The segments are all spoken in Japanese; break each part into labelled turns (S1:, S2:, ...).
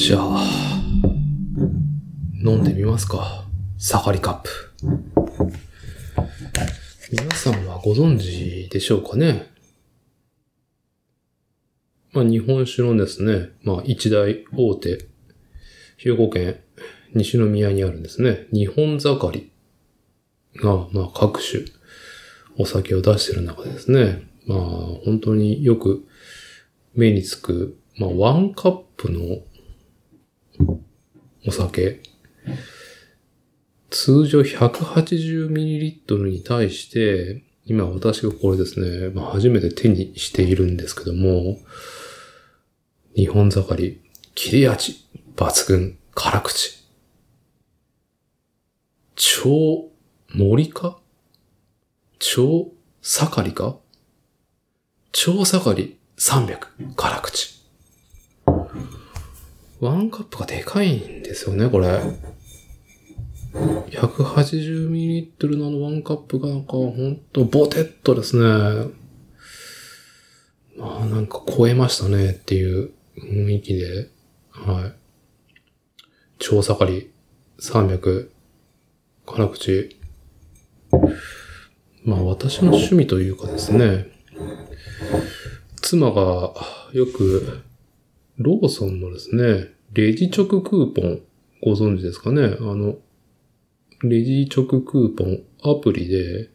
S1: じゃあ、飲んでみますか。サガリカップ。皆さんはご存知でしょうかね。日本酒のですね、一大大手、兵庫県西宮にあるんですね、日本盛りが、各種お酒を出している中でですね、本当によく目につく、ワンカップのお酒、通常 180ml に対して、今私がこれですね、初めて手にしているんですけども、日本盛り、切れ味抜群、辛口。超盛りか超盛りか超盛り300、辛口。ワンカップがでかいんですよね、これ。180ml のワンカップがほんとボテッとですね。超えましたねっていう雰囲気で、はい。超盛り300、辛口。私の趣味というかですね、妻がよくローソンのですね、レジ直クーポンご存知ですかね。レジ直クーポンアプリで、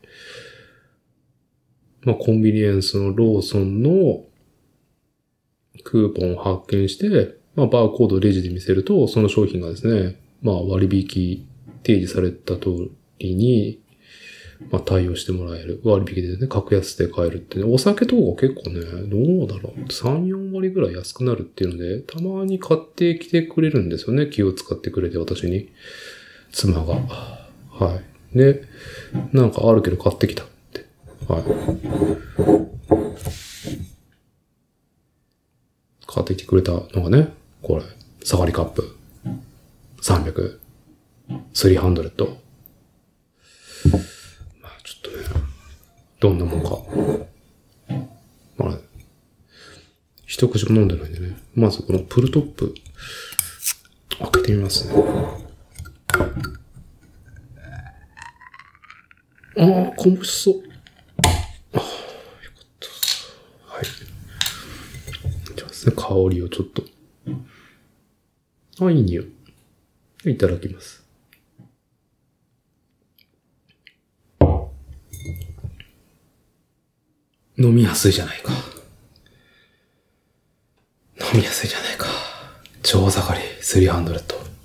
S1: コンビニエンスのローソンのクーポンを発見して、バーコードをレジで見せると、その商品がですね、割引提示された通りに、対応してもらえる。割引でね、格安で買えるってね。お酒とか結構ね、どうだろう。3、4割ぐらい安くなるっていうので、たまに買ってきてくれるんですよね。気を使ってくれて、私に。妻が。はい。で、あるけど買ってきたって。はい。買ってきてくれたのがね、これ、サガリカップ。300。300。ちょっとね、どんなもんか。一口も飲んでないんでね。まずこのプルトップ、開けてみますね。こぼしそう。よかった。はい。じゃあですね、香りをちょっと。いい匂い。いただきます。飲みやすいじゃないか。飲みやすいじゃないか。超盛り300。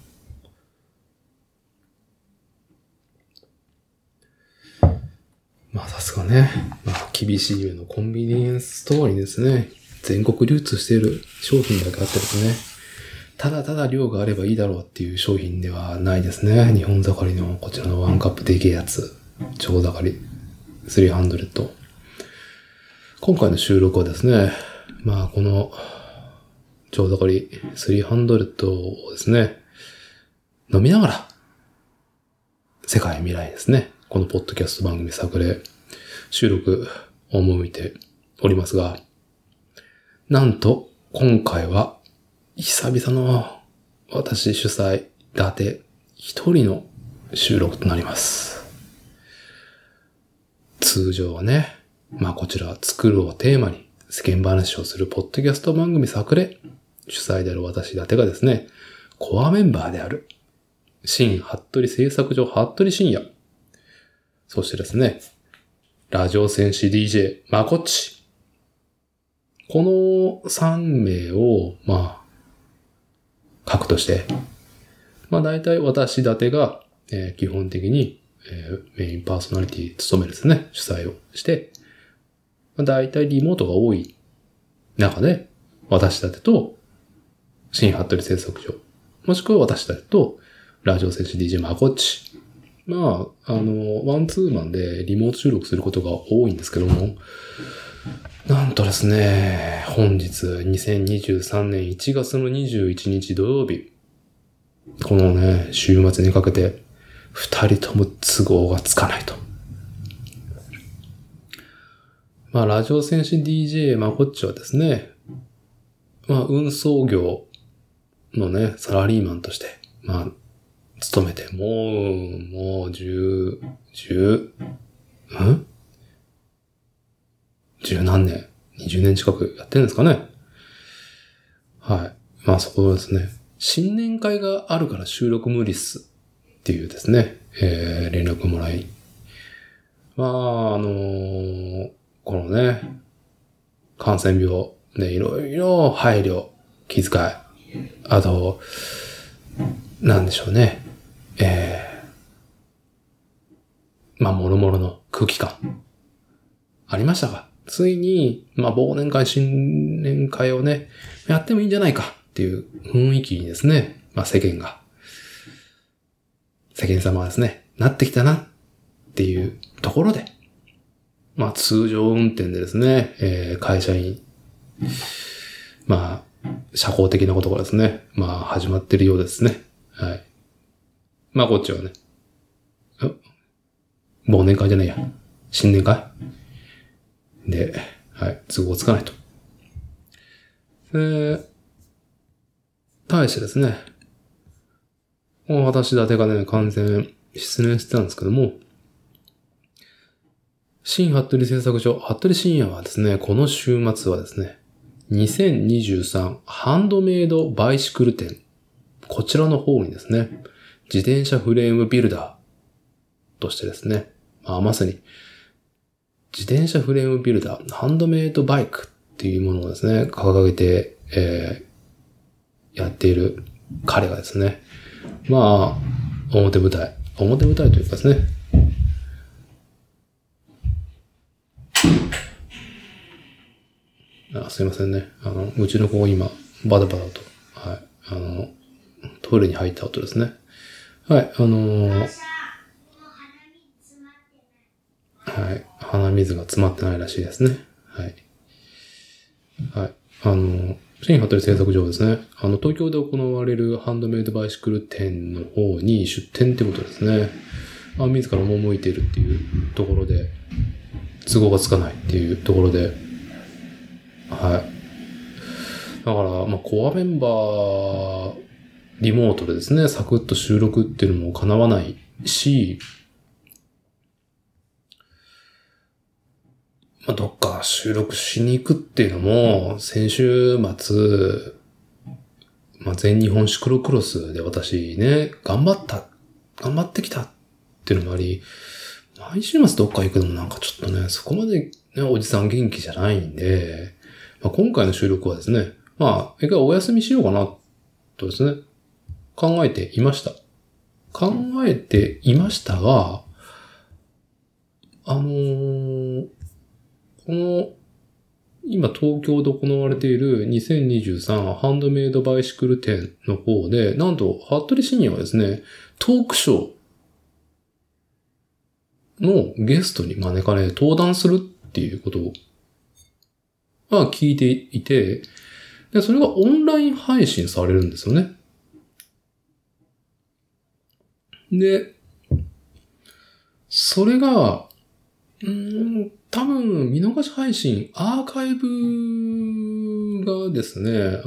S1: さすがね。厳しい上のコンビニエンスストアにですね、全国流通している商品だけあってですね、ただただ量があればいいだろうっていう商品ではないですね。日本盛りのこちらのワンカップでけえやつ。超盛り300。今回の収録はですね、この超盛り300をですね、飲みながら世界未来ですね。このポッドキャスト番組作例収録を向いておりますが、なんと今回は久々の私主催伊達一人の収録となります。通常はね、こちら作るをテーマに世間話をするポッドキャスト番組作例主催である私伊達がですね、コアメンバーである新服部製作所服部深也、そしてですね、ラジオ戦士 DJ まこっち。この3名を、核として、大体私伊達が、基本的に、メインパーソナリティ務めるですね、主催をして、大体リモートが多い中で、私伊達と新服部製作所、もしくは私伊達とラジオ戦士 DJ まこっち。ワンツーマンでリモート収録することが多いんですけども、なんとですね、本日2023年1月の21日土曜日、このね、週末にかけて2人とも都合がつかないと。ラジオ戦士 DJ まこっちはですね、運送業のね、サラリーマンとして、勤めて、もう、十何年 ?20 年近くやってるんですかね。はい。そこですね。新年会があるから収録無理っすっていうですね、連絡もらい。このね、感染病でいろいろ配慮、気遣い、あと、なんでしょうね。もろもろの空気感。ありましたが、ついに、忘年会、新年会をね、やってもいいんじゃないかっていう雰囲気にですね、世間様はですね、なってきたなっていうところで、通常運転でですね、会社員、社交的なことがですね、始まってるようですね。はい。こっちはね、忘年会じゃないや。新年会で、はい、都合つかないと。対してですね、私立てがね、完全失念してたんですけども、新服部製作所、服部深夜はですね、この週末はですね、2023ハンドメイドバイシクル展、こちらの方にですね、自転車フレームビルダーとしてですね、まさに自転車フレームビルダー、ハンドメイドバイクっていうものをですね、掲げて、やっている彼がですね、表舞台というかですね、すいませんね。うちの子が今、バタバタと、はい、トイレに入った音ですね。はい、はい、鼻水が詰まってないらしいですね。はい。はい。新服部製作所ですね。東京で行われるハンドメイドバイシクル展の方に出展ってことですね。自ら赴いているっていうところで、都合がつかないっていうところで、はい。だから、コアメンバー、リモートでですね、サクッと収録っていうのも叶わないし、どっか収録しに行くっていうのも、先週末、全日本シクロクロスで私ね、頑張ってきたっていうのもあり、毎週末どっか行くのもなんかちょっとね、そこまでね、おじさん元気じゃないんで、今回の収録はですね、一回お休みしようかな、とですね、考えていましたが、この、今東京で行われている2023ハンドメイドバイシクル展の方で、なんと、服部深夜はですね、トークショーのゲストに招かれ登壇するっていうことが聞いていて、で、それがオンライン配信されるんですよね。で、それが、多分、見逃し配信、アーカイブがですね、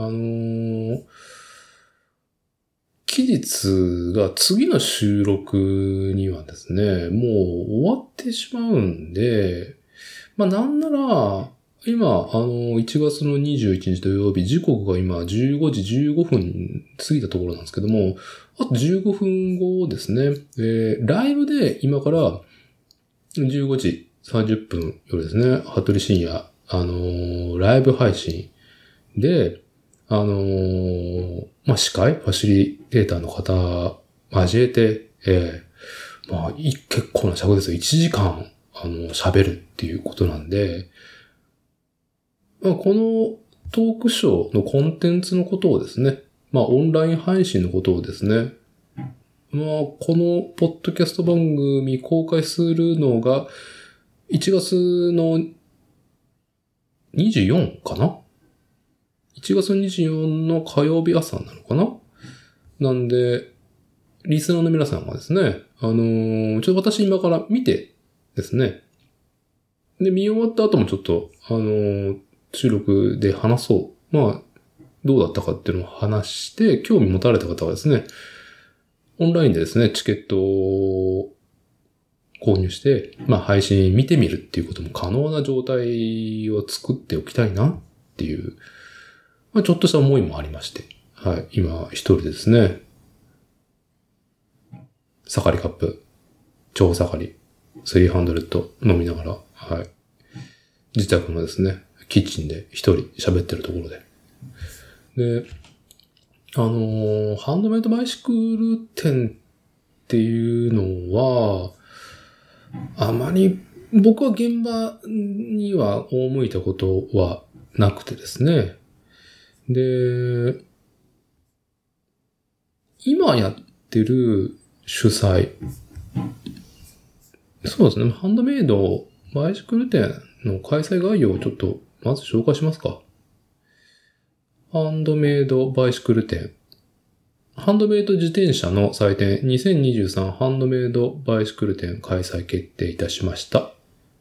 S1: 期日が次の収録にはですね、もう終わってしまうんで、なんなら、今、1月の21日土曜日、時刻が今15時15分過ぎたところなんですけども、あと15分後ですね、ライブで今から15時30分よりですね、服部深夜、ライブ配信で、司会、ファシリテーターの方交えて、結構な尺ですよ。1時間、喋るっていうことなんで、このトークショーのコンテンツのことをですね、オンライン配信のことをですね、このポッドキャスト番組公開するのが、1月の24かな ?1 月24の火曜日朝なのかななんで、リスナーの皆さんはですね、私今から見てですね、で、見終わった後もちょっと、収録で話そう。 どうだったかっていうのを話して、興味持たれた方はですね、オンラインでですね、チケットを購入して、配信見てみるっていうことも可能な状態を作っておきたいなっていう、ちょっとした思いもありまして、はい、今一人でですね、サカリカップ、超サカリ、300飲みながら、はい、自宅のですね、キッチンで一人喋ってるところで。で、ハンドメイドバイシクル店っていうのは、あまり僕は現場には赴いたことはなくてですね。で、今やってる主催、そうですね、ハンドメイドバイシクル店の開催概要をちょっとまず紹介しますか。ハンドメイドバイシクル店。ハンドメイド自転車の祭典2023ハンドメイドバイシクル展開催決定いたしました。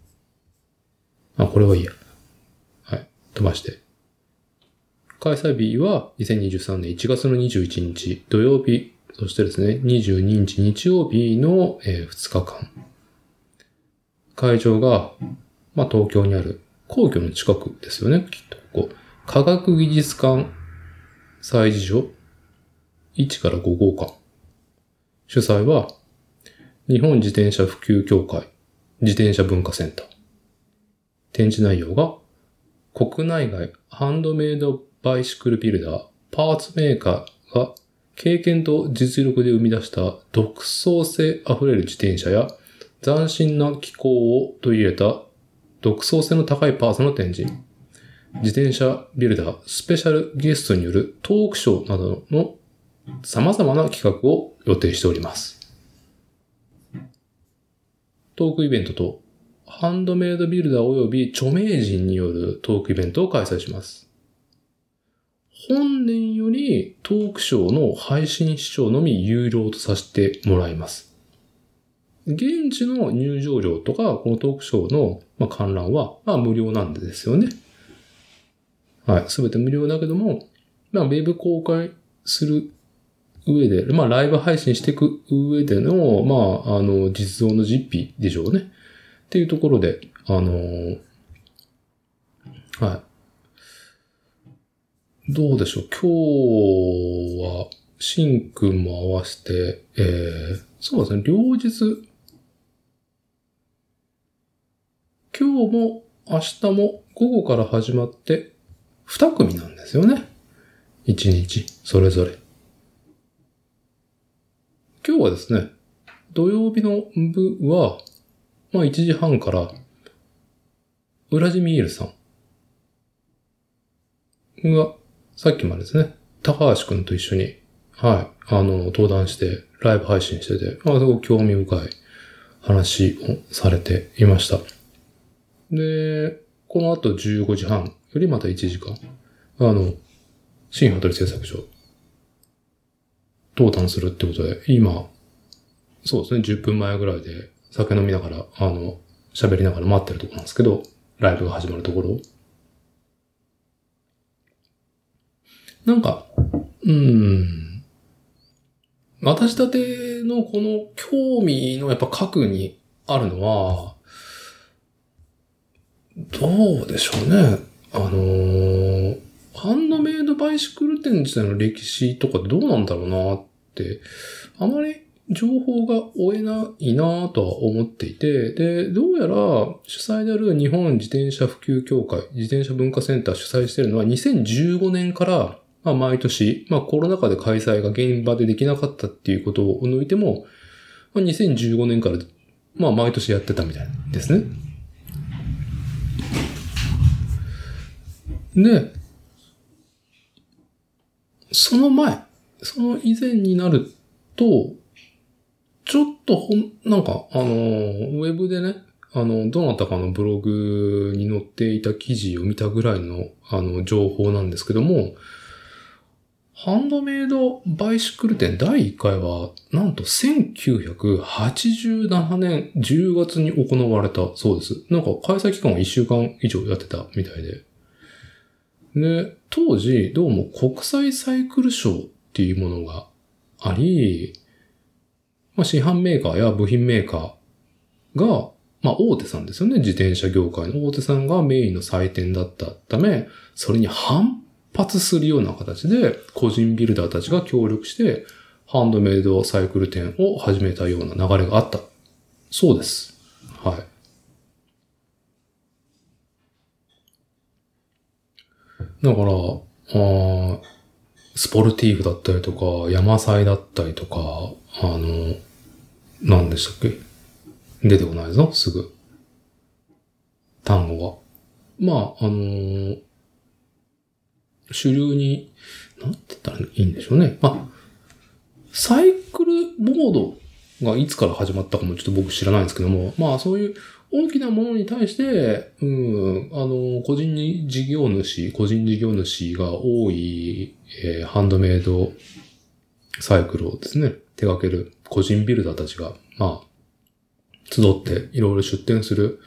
S1: これはいいや。はい。飛ばして。開催日は2023年1月の21日土曜日、そしてですね、22日日曜日の2日間。会場が、東京にある皇居の近くですよね、きっと。ここ科学技術館催事所1から5号館。主催は、日本自転車普及協会自転車文化センター。展示内容が、国内外ハンドメイドバイシクルビルダー、パーツメーカーが経験と実力で生み出した独創性あふれる自転車や斬新な機構を取り入れた独創性の高いパーツの展示。自転車ビルダー、スペシャルゲストによるトークショーなどの様々な企画を予定しております。トークイベントとハンドメイドビルダー及び著名人によるトークイベントを開催します。本年よりトークショーの配信視聴のみ有料とさせてもらいます。現地の入場料とか、このトークショーの観覧は無料なんですよね。はい。すべて無料だけども、ウェブ公開する上で、ライブ配信していく上での、実像の実費でしょうね。っていうところで、はい。どうでしょう。今日は、シンくんも合わせて、そうですね、両日、今日も明日も午後から始まって、2組なんですよね。1日、それぞれ。今日はですね、土曜日の部は、1時半から、ウラジミールさんが、さっきまでですね、高橋くんと一緒に、はい、登壇して、ライブ配信してて、すごく興味深い話をされていました。で、この後15時半よりまた1時間、新羽鳥製作所、登壇するってことで、今、そうですね、10分前ぐらいで酒飲みながら、喋りながら待ってるところなんですけど、ライブが始まるところ。なんか、私だてのこの興味のやっぱ核にあるのは、どうでしょうね。ハンドメイドバイシクル店自体の歴史とかどうなんだろうなって、あまり情報が追えないなとは思っていて、で、どうやら主催である日本自転車普及協会、自転車文化センター主催しているのは2015年から、毎年、コロナ禍で開催が現場でできなかったっていうことを除いても、2015年から、毎年やってたみたいですね。で、その以前になると、ちょっとなんか、ウェブでね、どなたかのブログに載っていた記事を見たぐらいの、情報なんですけども、ハンドメイドバイシクル展第1回は、なんと1987年10月に行われたそうです。なんか開催期間は1週間以上やってたみたいで。 で、当時、どうも国際サイクルショーっていうものがあり、市販メーカーや部品メーカーが、大手さんですよね。自転車業界の大手さんがメインの祭典だったため、それに反発するような形で、個人ビルダーたちが協力して、ハンドメイドサイクル展を始めたような流れがあった。そうです。はい。だから、スポルティーフだったりとか、山祭だったりとか、何でしたっけ？出てこないぞ、すぐ。単語が。主流に、なんて言ったらいいんでしょうね。サイクルボードがいつから始まったかもちょっと僕知らないんですけども、そういう大きなものに対して、個人事業主が多い、ハンドメイドサイクルをですね、手掛ける個人ビルダーたちが、集っていろいろ出展する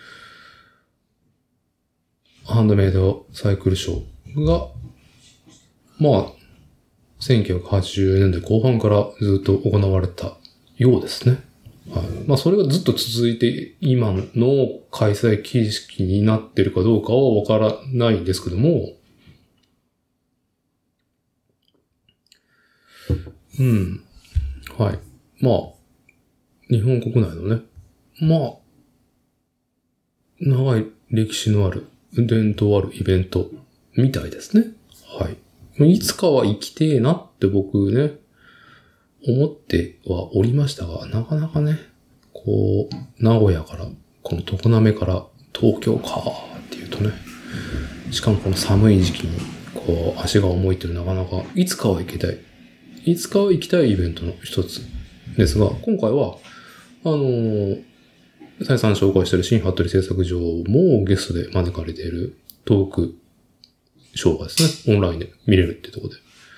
S1: ハンドメイドサイクルショーが、1980年代後半からずっと行われたようですね。はい。それがずっと続いて今の開催形式になっているかどうかはわからないんですけども、はい。日本国内のね、長い歴史のある、伝統あるイベントみたいですね。はい。いつかは行きてえなって僕ね、思ってはおりましたが、なかなかね、名古屋から、この常滑から東京かっていうとね、しかもこの寒い時期に、足が重いっていうなかなか、いつかは行きたいイベントの一つですが、今回は、再三紹介している新服部製作所もゲストで招かれているトークショーがですね、オンラインで見れるっていうところ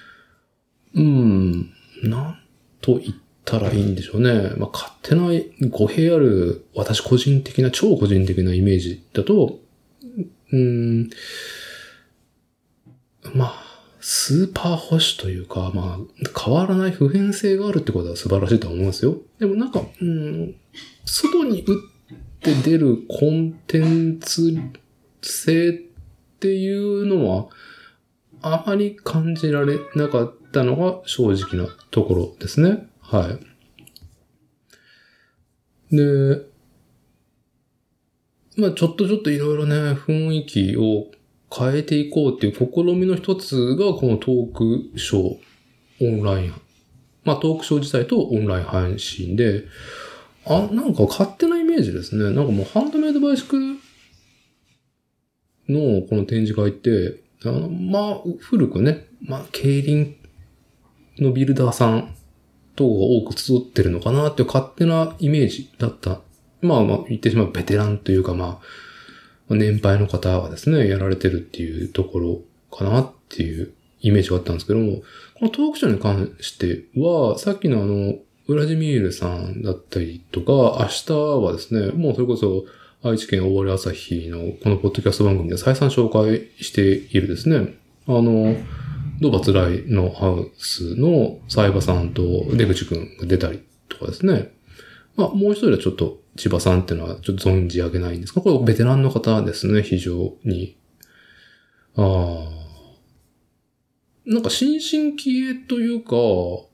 S1: で。なんと言ったらいいんでしょうね。勝手な語弊ある、超個人的なイメージだと、スーパー保守というか、変わらない普遍性があるってことは素晴らしいと思いますよ。でも外に打って出るコンテンツ性っていうのは、あまり感じられなかったのが正直なところですね。はい。で、ちょっといろいろね、雰囲気を変えていこうっていう試みの一つが、このトークショー、オンライン。トークショー自体とオンライン配信で、なんか勝手なイメージですね。なんかもうハンドメイドバイシクルのこの展示会って、古くね、競輪のビルダーさん等が多く集ってるのかなっていう勝手なイメージだった。言ってしまうベテランというか年配の方がですね、やられてるっていうところかなっていうイメージがあったんですけども、このトークショーに関しては、さっきのウラジミールさんだったりとか、明日はですね、もうそれこそ愛知県大森朝日のこのポッドキャスト番組で再三紹介しているですね、ドバツライのハウスのサイバさんと出口くんが出たりとかですね、もう一人はちょっと千葉さんっていうのはちょっと存じ上げないんですが、これベテランの方ですね、非常に。なんか新進気鋭というか、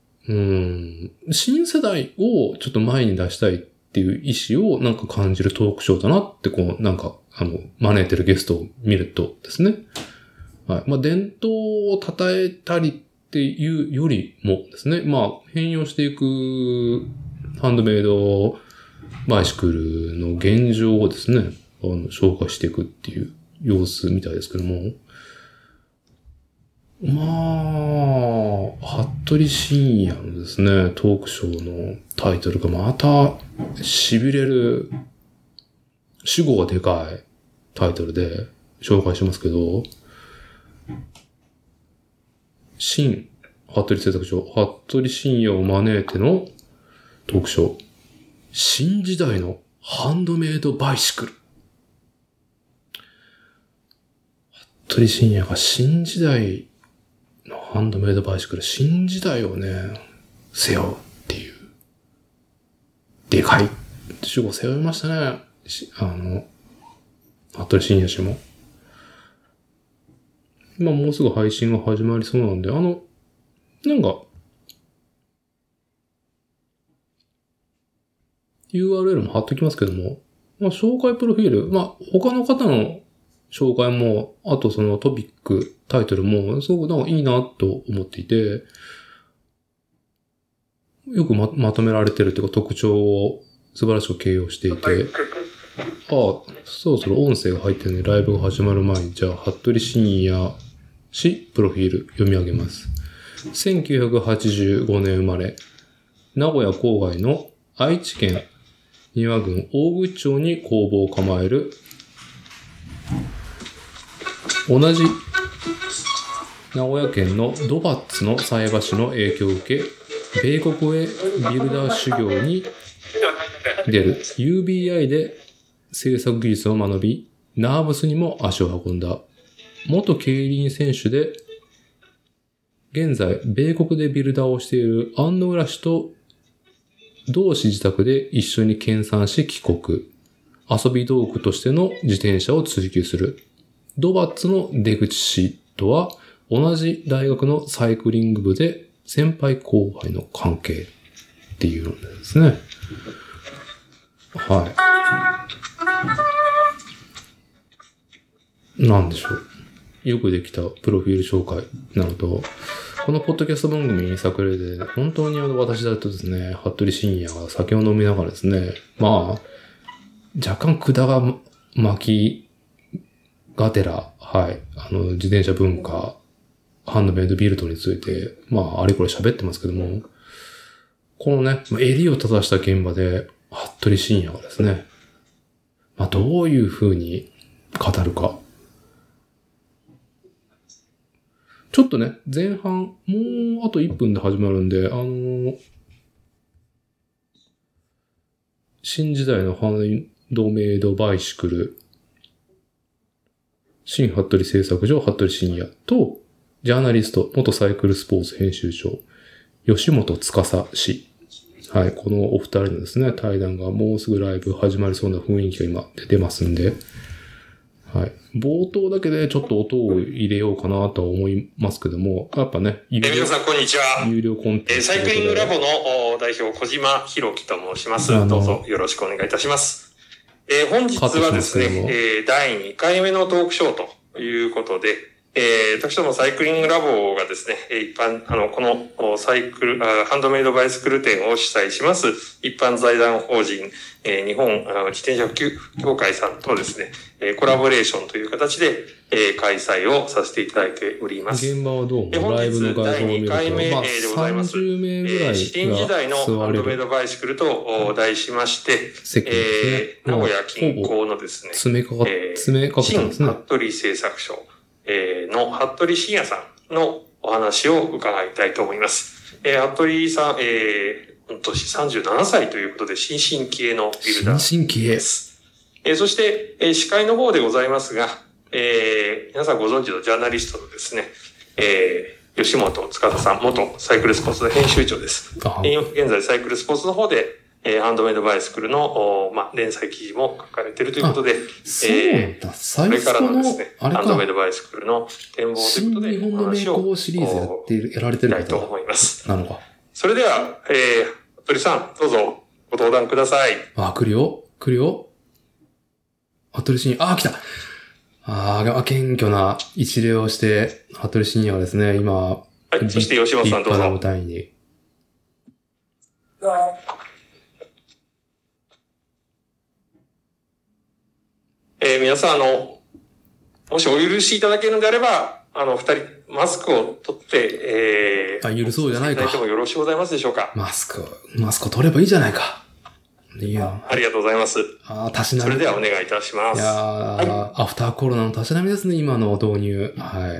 S1: 新世代をちょっと前に出したいっていう意思をなんか感じるトークショーだなって招いてるゲストを見るとですね。はい。伝統を称えたりっていうよりもですね、変容していくハンドメイドバイシクルの現状をですね、紹介していくっていう様子みたいですけども、服部深夜のですね、トークショーのタイトルがまた痺れる、主語がでかいタイトルで紹介しますけど、新服部製作所、服部深夜を招いてのトークショー、新時代のハンドメイドバイシクル。服服部深也が新時代のハンドメイドバイシクル、新時代をね、背負うっていう。でかい主語背負いましたね。服部深也氏も。今もうすぐ配信が始まりそうなんで、なんか、URL も貼っときますけども、紹介プロフィール、他の方の紹介も、あとそのトピック、タイトルも、すごくなんかいいなと思っていて、よく まとめられてるというか特徴を素晴らしく形容していて、そろそろ音声が入ってるので、ライブが始まる前に、じゃあ、服部深也氏、プロフィール読み上げます。1985年生まれ、名古屋郊外の愛知県丹羽郡大口町に工房を構える、同じ名古屋県のドバッツの菜箸の影響を受け、米国へビルダー修行に出る UBI で制作技術を学び、ナーブスにも足を運んだ。元競輪選手で、現在、米国でビルダーをしている安野浦氏と同氏自宅で一緒に研鑽し帰国。遊び道具としての自転車を追求する。ドバッツの出口氏とは同じ大学のサイクリング部で先輩後輩の関係っていうのですね。はい。なんでしょう。よくできたプロフィール紹介なのと、このポッドキャスト番組に作例で、本当に私だとですね、服部深也が酒を飲みながらですね、若干管が巻きがてら、はい、自転車文化、ハンドメイドビルドについて、あれこれ喋ってますけども、このね、襟を正した現場で、服部深也がですね、どういう風に語るか。ちょっとね、前半、もうあと1分で始まるんで、新時代のハンドメイドバイシクル、新服部製作所、服部深也と、ジャーナリスト、元サイクルスポーツ編集長、吉本司氏。はい、このお二人のですね、対談がもうすぐライブ始まりそうな雰囲気が今出てますんで、はい。冒頭だけでちょっと音を入れようかなと思いますけども、やっぱね、
S2: 皆さんこんにちは。
S1: 有料コンテンツ。
S2: サイクリングラボの代表小島博樹と申します。どうぞよろしくお願いいたします。本日はですね、第2回目のトークショーということで、私どもサイクリングラボがですね、一般、このサイクル、ハンドメイドバイスクル展を主催します、一般財団法人、日本自転車普及協会さんとですね、コラボレーションという形で、開催をさせていただいております。
S1: 現場はどうもライブの画像を見ると、
S2: 第2回目でございます。
S1: 30名ぐらい
S2: 新時代のハンドメイドバイシクルと題しまして、名古屋近郊のですね、
S1: 詰めかかったんですね。
S2: 服部製作所の服部深也さんのお話を伺いたいと思います。服部さん、今年37歳ということで、新進気鋭のビルダーです。そして、司会の方でございますが、皆さんご存知のジャーナリストのですね、吉本司さん、元サイクルスポーツの編集長です。現在サイクルスポーツの方で、ハンドメイドバイスクルの、連載記事も書かれているということで、これからのですね、ハンドメイドバイスクルの展望ということで、
S1: 新日本の名工シリーズやられてる
S2: と思います。
S1: なのか。
S2: それでは、服部さん、どうぞご登壇ください。
S1: 来るよ。服部深也、来た。謙虚な一礼をして、服部深也はですね、今、
S2: はい、そして吉本さんどうぞ。
S1: 立派な舞台に。
S2: 皆さん、もしお許しいただけるのであれば、二人、マスクを取って、
S1: 許そうじゃないか。
S2: いただいてもよろしくございますでしょうか。
S1: マスクを取ればいいじゃないか。いや。
S2: ありがとうございます。
S1: たしなみ。
S2: それではお願いいたします。
S1: アフターコロナのたしなみですね、今の導入。はい。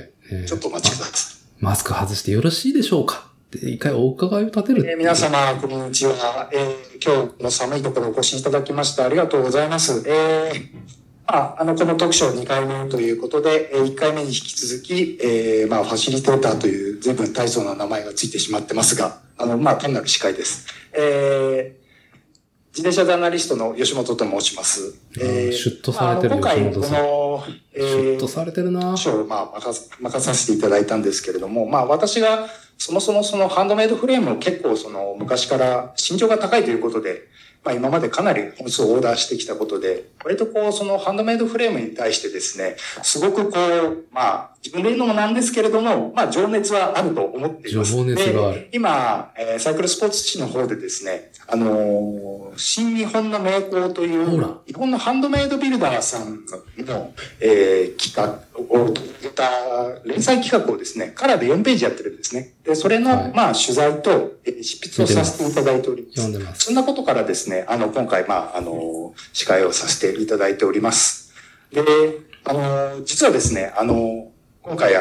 S2: ちょっとお待ちください。
S1: マスク外してよろしいでしょうか。一回お伺いを立てる。
S3: 皆様、こんにちは。今日の寒いところお越しいただきましてありがとうございます。 この特賞2回目ということで、1回目に引き続き、ファシリテーターという随分大層な名前がついてしまってますが、単なる司会です。自転車ジャーナリストの吉本と申します。
S1: シュッとされてる吉本さん。シュッとされてるな。
S3: 賞を任させていただいたんですけれども、私がそもそもそのハンドメイドフレームを結構昔から身長が高いということで、今までかなり本数をオーダーしてきたことで、割とそのハンドメイドフレームに対してですね、すごく自分で言うのもなんですけれども、情熱はあると思っています。
S1: 情熱がある。
S3: 今、サイクルスポーツ誌の方でですね、新日本の名工という、日本のハンドメイドビルダーさんの、企画を、連載企画をですね、カラーで4ページやってるんですね。で、それの、取材と、執筆をさせていただいております。
S1: 読んでます。
S3: そんなことからですね、今回、司会をさせていただいております。で、実はですね、今回、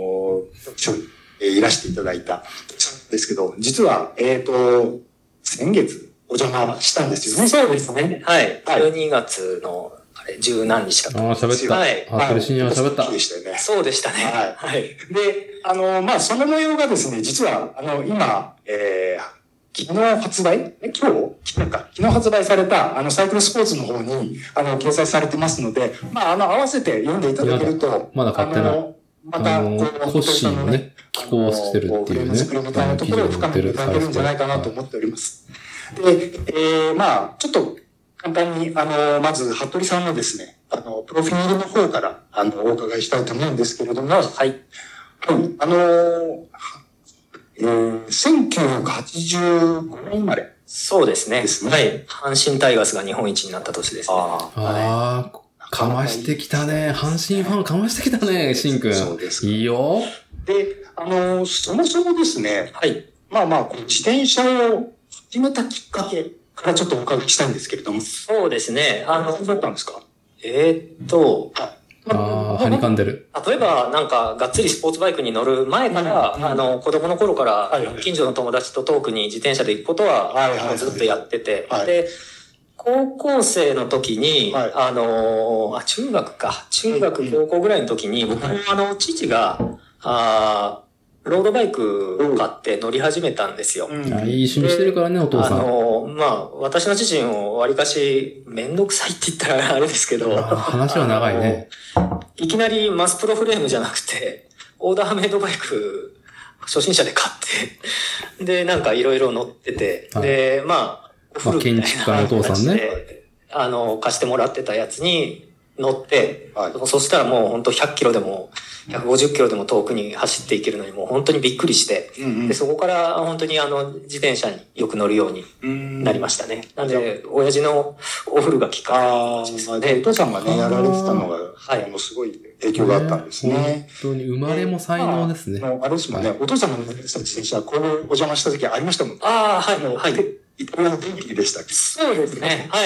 S3: いらしていただいたんですけど、実は、先月お邪魔したんですよね。
S4: そうですね。はい。12月の、十何日かと。
S1: 喋った。はい。それ深夜喋った。
S4: そうでしたね。
S3: はい。で、その模様がですね、実は、今、昨日発売昨日発売された、サイクルスポーツの方に、掲載されてますので、合わせて読んでいただけると、
S1: まだ買ってない。また、コッシーのね、寄稿してるっていうね。
S3: 作りみたいなところを深めていただけるんじゃないかなと思っております。で、ちょっと、簡単に、まず、服部さんのですね、プロフィールの方から、お伺いしたいと思うんですけれども、はい。はい。1985年生まれ。
S4: そうですね。はい。阪神タイガースが日本一になった年ですね。
S1: かましてきたね。阪神ファンかましてきたね、しんくん。
S3: そうです。
S1: いいよ。
S3: で、そもそもですね、はい。自転車を始めたきっかけからちょっとお伺いしたいんですけれども。
S4: そうですね。
S3: どうだったんですか？
S1: はにかんでる。
S4: 例えば、がっつりスポーツバイクに乗る前から、子供の頃から、近所の友達と遠くに自転車で行くことは、ずっとやってて、で、高校生の時に、中学、高校ぐらいの時に、僕も父が、ロードバイクを買って乗り始めたんですよ。
S1: いい趣味してるからね、お父さん。
S4: 私の父もわりかしめんどくさいって言ったらあれですけど。
S1: 話は長いね。
S4: いきなりマスプロフレームじゃなくて、オーダーメイドバイク、初心者で買って、で、いろいろ乗ってて、で、
S1: 建築家のお父さんね。
S4: 貸してもらってたやつに乗って、そしたらもう本当100キロでも、150キロでも遠くに走っていけるのにもう本当にびっくりして、で、そこから本当に自転車によく乗るようになりましたね。なんで、親父のオフルが効か
S3: ですね。お父さんがね、やられてたのが、ものすごい影響があったんですね。
S1: 本当に生まれも才能ですね。
S3: あれですもんね、お父さんが乗ってた自転車、こうお邪魔した時ありましたもんね。
S4: はい。
S3: イタリアの電気でしたっけ？
S4: そうですね。はい。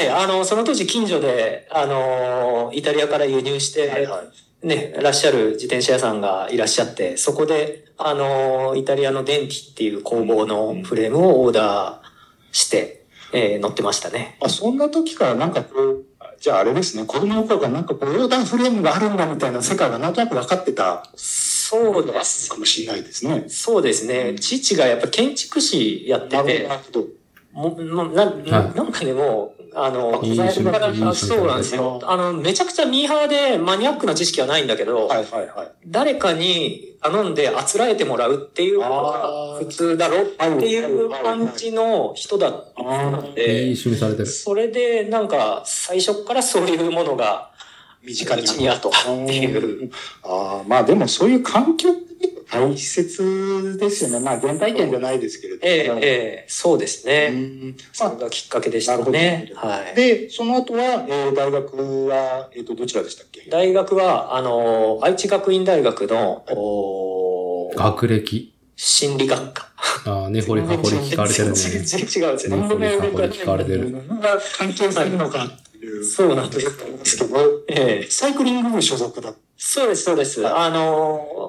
S4: その当時近所で、イタリアから輸入して、ね、らっしゃる自転車屋さんがいらっしゃって、そこで、イタリアのデンティっていう工房のフレームをオーダーして、乗ってましたね。
S3: そんな時からじゃああれですね、子供の頃からオーダーフレームがあるんだみたいな世界がなんとなく分かってた。
S4: そうです。
S3: かもしれないですね。
S4: そうですね。父がやっぱ建築士やってて、なんかね、もう、そうなんですよ。めちゃくちゃミーハーでマニアックな知識はないんだけど、誰かに頼んであつらえてもらうっていうのが普通だろっていう感じの人だったので、
S1: いい趣味されてる。
S4: それで最初からそういうものが身近にあったっていう。
S3: でもそういう環境って大切ですよね。原体験じゃないですけれども。
S4: そうですね。それがきっかけでしたね。はい。
S3: で、その後は、大学は、どちらでしたっけ？
S4: 大学は、愛知学院大学の、
S1: 学歴。
S4: 心理学科。
S1: 根掘り葉掘り聞かれてるね。
S4: 全然違うんですよね。
S1: 根掘り葉掘り聞かれてる。
S3: 関係するのか。
S4: そうなんです
S3: けど、サイクリング部所属だ。
S4: そうです。コ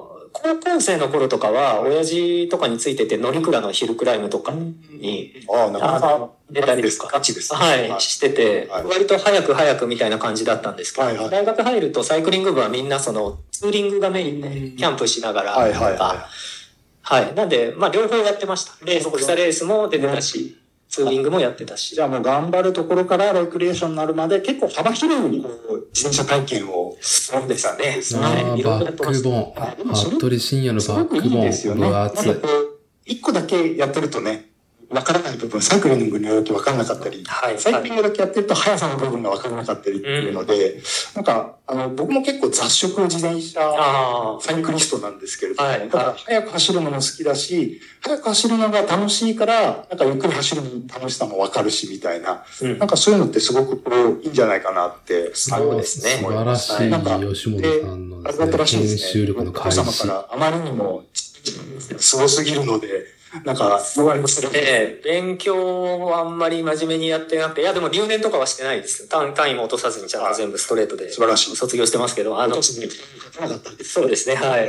S4: 高校生の頃とかは、親父とかについてて、乗鞍のヒルクライムとかに、
S3: なかなか
S4: 出たりですか。
S3: ガチですね。
S4: はい、してて、割と早くみたいな感じだったんですけど、大学入るとサイクリング部はみんなその、ツーリングがメインで、キャンプしながら、はい。なんで、まあ、両方やってました。草レースも出てたし、ツーリングもやってたし。
S3: じゃあもう頑張るところからレクリエーションになるまで結構幅広い自転車体験を。
S4: そうですね。
S1: バックボーン。服部深夜のバックボーン。分厚い。
S3: 一個だけやってるとね、わからない部分、サイクリングの領域わからなかったり、サイクリングだけやってると速さの部分がわからなかったりっていうので、なんか、僕も結構雑食自転車サイクリストなんですけれども、速く走るのも好きだし、速く走るのが楽しいから、なんかゆっくり走る楽しさもわかるし、みたいな、なんかそういうのってすごくいいんじゃないかなって、
S4: そうですね。
S1: 素晴らしい吉本さんのですね、編集力の開始。
S3: お父様からあまりにもすごすぎるので、なんか、
S4: 勉強はあんまり真面目にやってなくて、いやでも留年とかはしてないですよ。単位も落とさずにちゃんと全部ストレートで
S3: 素晴らしい
S4: 卒業してますけど、そうですね、はい。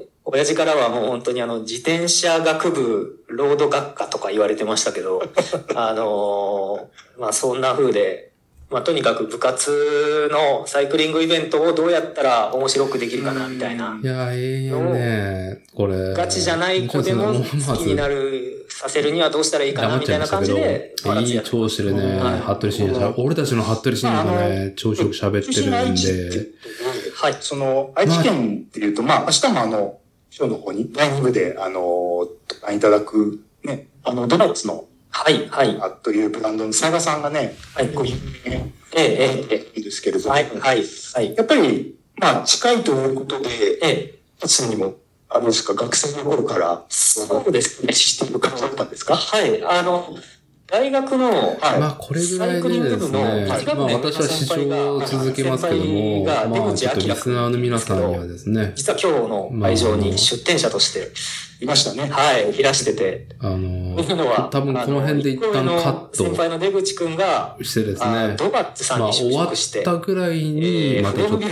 S4: 親父からはもう本当に自転車学部、ロード学科とか言われてましたけど、まあそんな風で、まあとにかく部活のサイクリングイベントをどうやったら面白くできるかなみたいな。
S1: いや、ね、これ。
S4: ガチじゃない子でも好きになる、させるにはどうしたらいいかなみたいな感じで。
S1: いい調子でね、服部深夜、俺たちの服部深夜がね、調子よく喋ってるんで。
S3: はい。愛知県っていうと、まあ明日もショーの方に、第2部で、ご覧いただく、ね、ドナッツの、というブランドの佐賀さんがね、ご有名ですけれども、やっぱり、まあ、近いということで、つにも、あれですか、学生の頃から、
S4: そうですね、
S3: 知っている感じだったんですか？
S4: はい、大学の、
S1: まあ、これぐらいでですね、まあ、私は試乗を続けますけども、まあ、ちょっとリスナーの皆さんにはですね、
S4: 実は今日の会場に出展者として、
S3: いましたね。
S4: はい、いらしてて。
S1: 多分この辺で一旦カット。
S4: 先輩の出口くんが、
S1: してですね、
S4: ドバッツさんに就職して、
S1: 終わったぐらいに、またちょっと、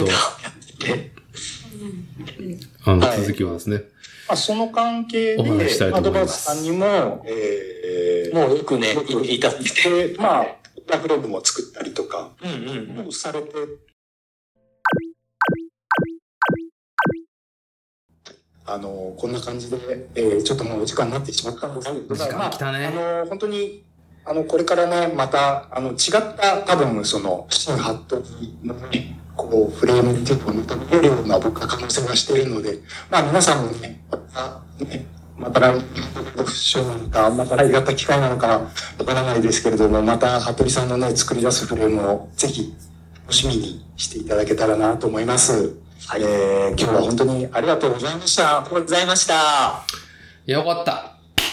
S1: 続きはですね。
S3: まあ、その関係で、
S1: お話したいと思います。
S3: ドバッツさんにも、
S4: もうよくね、いたって、
S3: まあ、ブログも作ったりとか、されて、こんな感じで、ちょっともうお時間になってしまったんですけど、
S1: 時間来たね。
S3: 本当に、これからね、また、違った多分、新ハットのね、フレームっていうのを認めるような僕は可能性がしているので、まあ皆さんもね、また来週なのか、また来た機会なのかわからないですけれども、また服部さんのね、作り出すフレームをぜひ楽しみにしていただけたらなと思います。今日は本当にありがとうございました。
S4: ありがとうございました。
S1: よかった。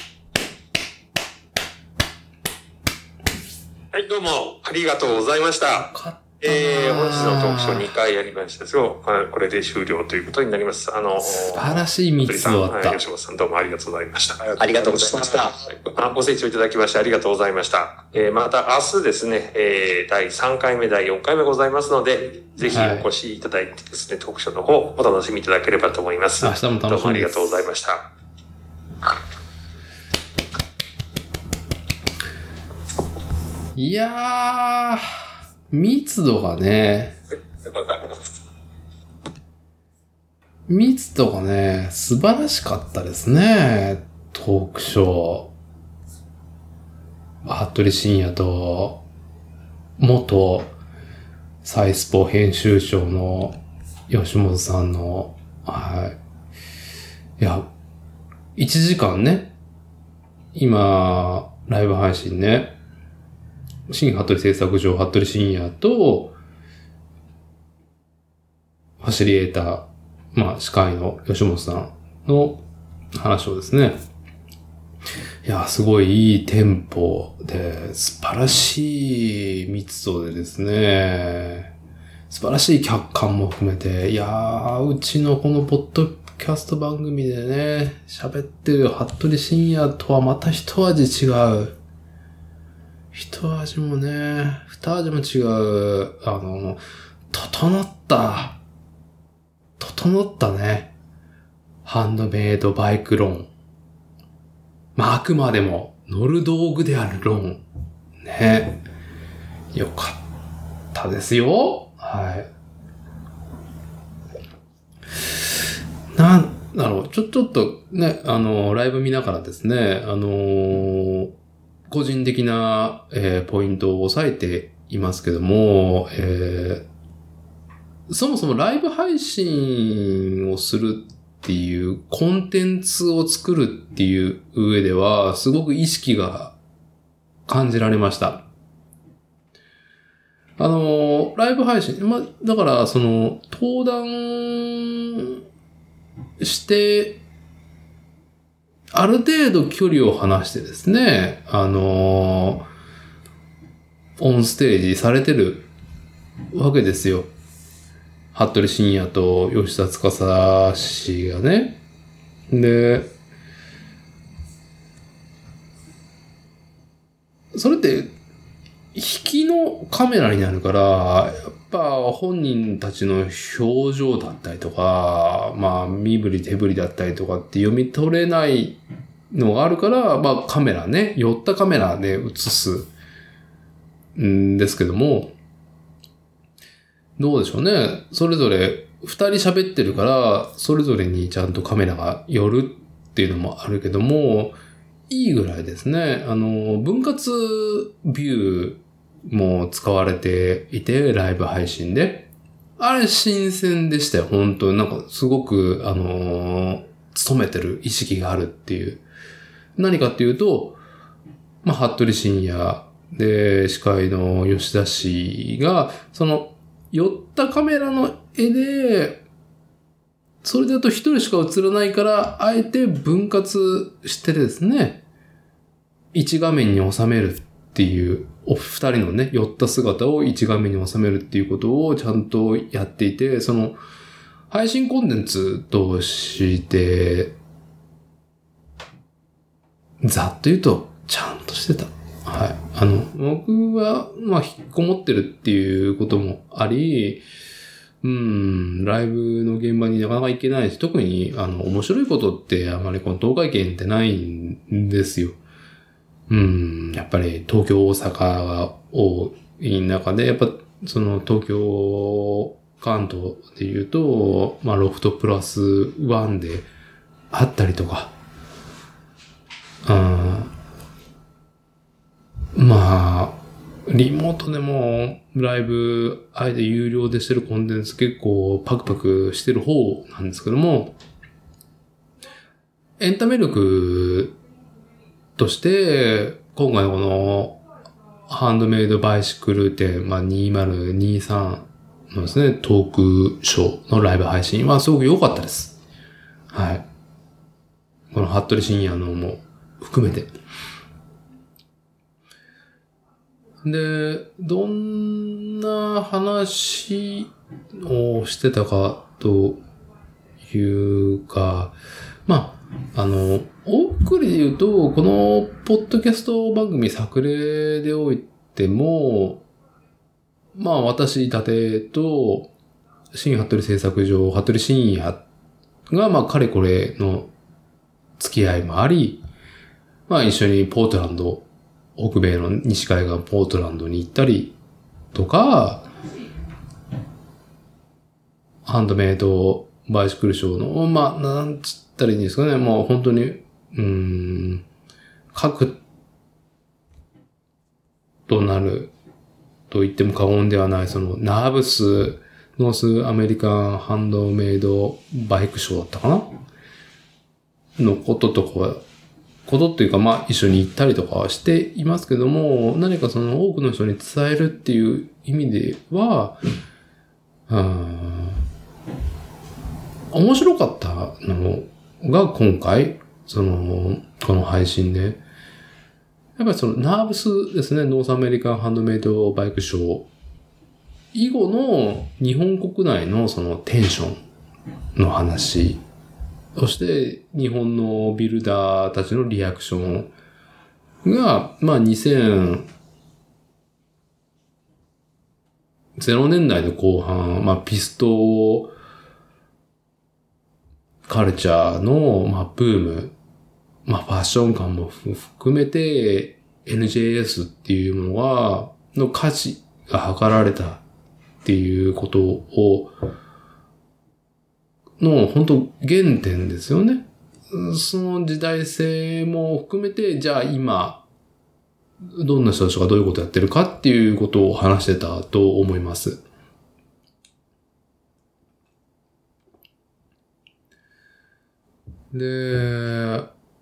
S2: はい、どうもありがとうございました。本日のトークショー2回やりましたけど、これで終了ということになります。素
S1: 晴らしい3つ終わった。
S2: 吉本さんどうもありがとうございました。
S4: ありがとうございました。
S2: ご清聴いただきましてありがとうございました。また明日ですね、第3回目、第4回目ございますので、ぜひお越しいただいてですね、トークショーの方お楽しみいただければと思います。
S1: 明日も楽しみです。
S2: どうもありがとうございました。
S1: いやー、密度がね、素晴らしかったですね。トークショー。服部深夜と、元サイスポ編集長の吉本さんの、いや、1時間ね、今、ライブ配信ね、新服部製作所、服部深夜と、ファシリエーター、まあ、司会の吉本さんの話をですね。いや、すごいいいテンポで、素晴らしい密度でですね、素晴らしい客観も含めて、いやー、うちのこのポッドキャスト番組でね、喋ってる服部深夜とはまた一味違う。一味もね、二味も違う。整ったね。 ハンドメイドバイク論。まあ、あくまでも乗る道具である論。ね。よかったですよ。はい。なんだろう、ちょっとね、ライブ見ながらですね、個人的な、ポイントを押さえていますけども、そもそもライブ配信をするっていうコンテンツを作るっていう上では、すごく意識が感じられました。ライブ配信、ま、だから、登壇して、ある程度距離を離してですね、オンステージされてるわけですよ。服部慎也と吉田司氏がね。で、それって、引きのカメラになるから、やっぱ本人たちの表情だったりとか、まあ身振り手振りだったりとかって読み取れないのがあるから、まあカメラね、寄ったカメラで映すんですけども、どうでしょうね。それぞれ二人喋ってるから、それぞれにちゃんとカメラが寄るっていうのもあるけども、いいぐらいですね。分割ビューも使われていて、ライブ配信で。あれ新鮮でしたよ、本当に。なんかすごく、勤めてる意識があるっていう。何かっていうと、まあ、服部慎也で、司会の吉田氏が、寄ったカメラの絵で、それだと一人しか映らないから、あえて分割してですね、一画面に収めるっていう、二人のね、寄った姿を一画面に収めるっていうことをちゃんとやっていて、配信コンテンツとして、ざっと言うと、ちゃんとしてた。はい。僕は、まあ、引っこもってるっていうこともあり、ライブの現場になかなか行けないし、特に、面白いことってあまりこの東海圏ってないんですよ。やっぱり東京、大阪が多い中で、やっぱ東京、関東で言うと、まあロフトプラス1であったりとか、まあ、リモートでもライブ、あえて有料でしてるコンテンツ結構パクパクしてる方なんですけども、エンタメ力として、今回このハンドメイドバイシクル展、まあ、2023のですね、トークショーのライブ配信はすごく良かったです。はい。この服部慎也のも含めて。で、どんな話をしてたかというか、まあ、大くくりで言うと、このポッドキャスト番組作例でおいても、まあ私、伊達と、新服部製作所、服部慎也が、まあかれこれの付き合いもあり、まあ一緒にポートランド、北米の西海岸ポートランドに行ったりとか、ハンドメイドバイシクルショーの、まあなんつったらいいんですかね、もう本当に、核となると言っても過言ではない、ナーブス、ノースアメリカンハンドメイドバイクショーだったかなのことっていうか、まあ一緒に行ったりとかはしていますけども、何か多くの人に伝えるっていう意味では、面白かったのが今回、この配信で、やっぱりナーブスですね、ノースアメリカンハンドメイドバイクショー以後の日本国内のテンションの話、そして日本のビルダーたちのリアクションが、まあ2000年代の後半、まあピストカルチャーの、ブーム、ファッション感も含めて NJS っていうものの価値が図られたっていうことを、の本当原点ですよね。その時代性も含めて、じゃあ今、どんな人たちがどういうことをやってるかっていうことを話してたと思います。で、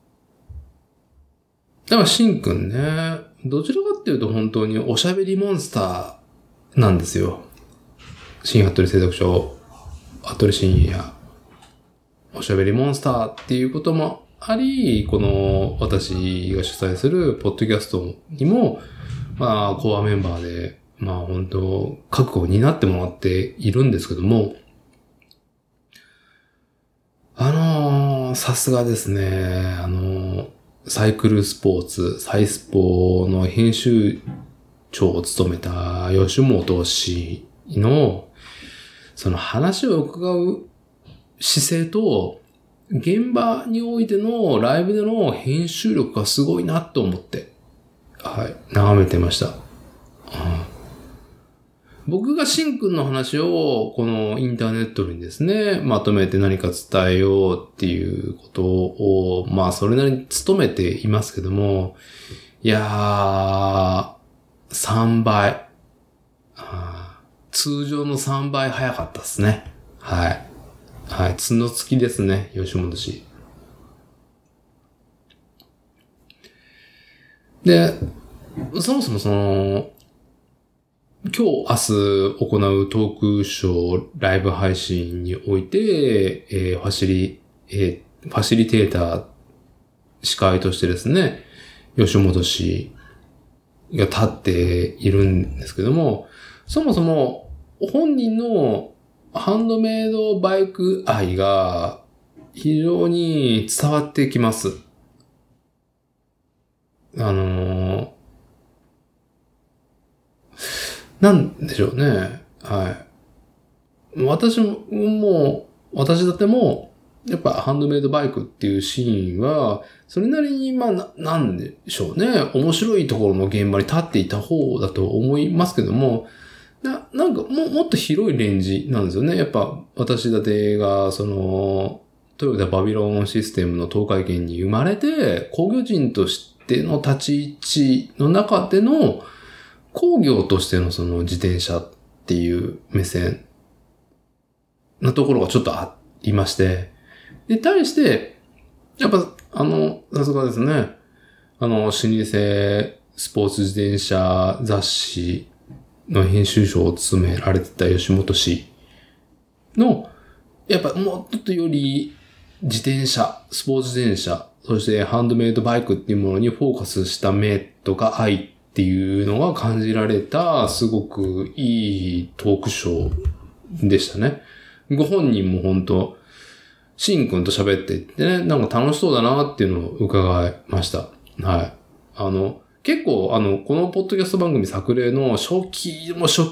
S1: だからシンくんね、どちらかっていうと本当におしゃべりモンスターなんですよ。新服部製作所、服部深夜。おしゃべりモンスターっていうこともあり、この私が主催するポッドキャストにも、コアメンバーで、本当覚悟を担ってもらっているんですけども、さすがですね、サイクルスポーツ、サイスポの編集長を務めた吉本氏の、その話を伺う姿勢と、現場においてのライブでの編集力がすごいなと思って、眺めてました。僕がシンくんの話をこのインターネットにですね、まとめて何か伝えようっていうことを、それなりに努めていますけども、いやー、3倍。通常の3倍早かったですね。はい。角つきですね、吉本氏。で、そもそも今日明日行うトークショーライブ配信において、ファシリテーター司会としてですね、吉本氏が立っているんですけども、そもそも本人のハンドメイドバイク愛が非常に伝わってきます。なんでしょうね。私だっても、やっぱハンドメイドバイクっていうシーンは、それなりになんでしょうね。面白いところの現場に立っていた方だと思いますけども、なんかもっと広いレンジなんですよね。やっぱ私だってが、トヨタバビロンシステムの東海圏に生まれて、工業人としての立ち位置の中での、工業としてのその自転車っていう目線なところがちょっとありまして、で、対して、やっぱ、さすがですね、老舗スポーツ自転車雑誌の編集長を務められてた吉本氏の、やっぱもうちょっとより自転車、スポーツ自転車、そしてハンドメイドバイクっていうものにフォーカスした目とか愛っていうのが感じられた、すごくいいトークショーでしたね。ご本人も本当シンくんと喋っていってね、なんか楽しそうだなっていうのを伺いました。結構このポッドキャスト番組作例の初期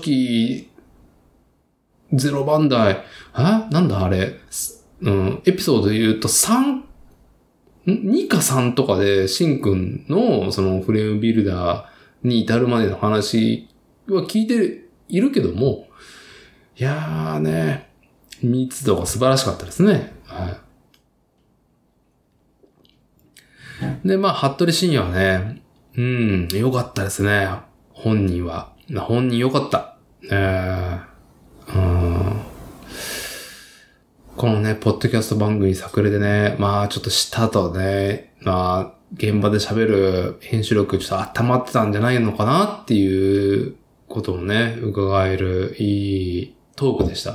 S1: 0番台、なんだあれ、エピソードで言うと2か3とかでシンくんのそのフレームビルダーに至るまでの話は聞いているけども、いやーね、密度が素晴らしかったですね。で、服部深夜はね、良かったですね。本人良かった。このね、ポッドキャスト番組作例でね、ちょっとしたとね、現場で喋る編集力ちょっと温まってたんじゃないのかなっていうこともね、伺えるいいトークでした。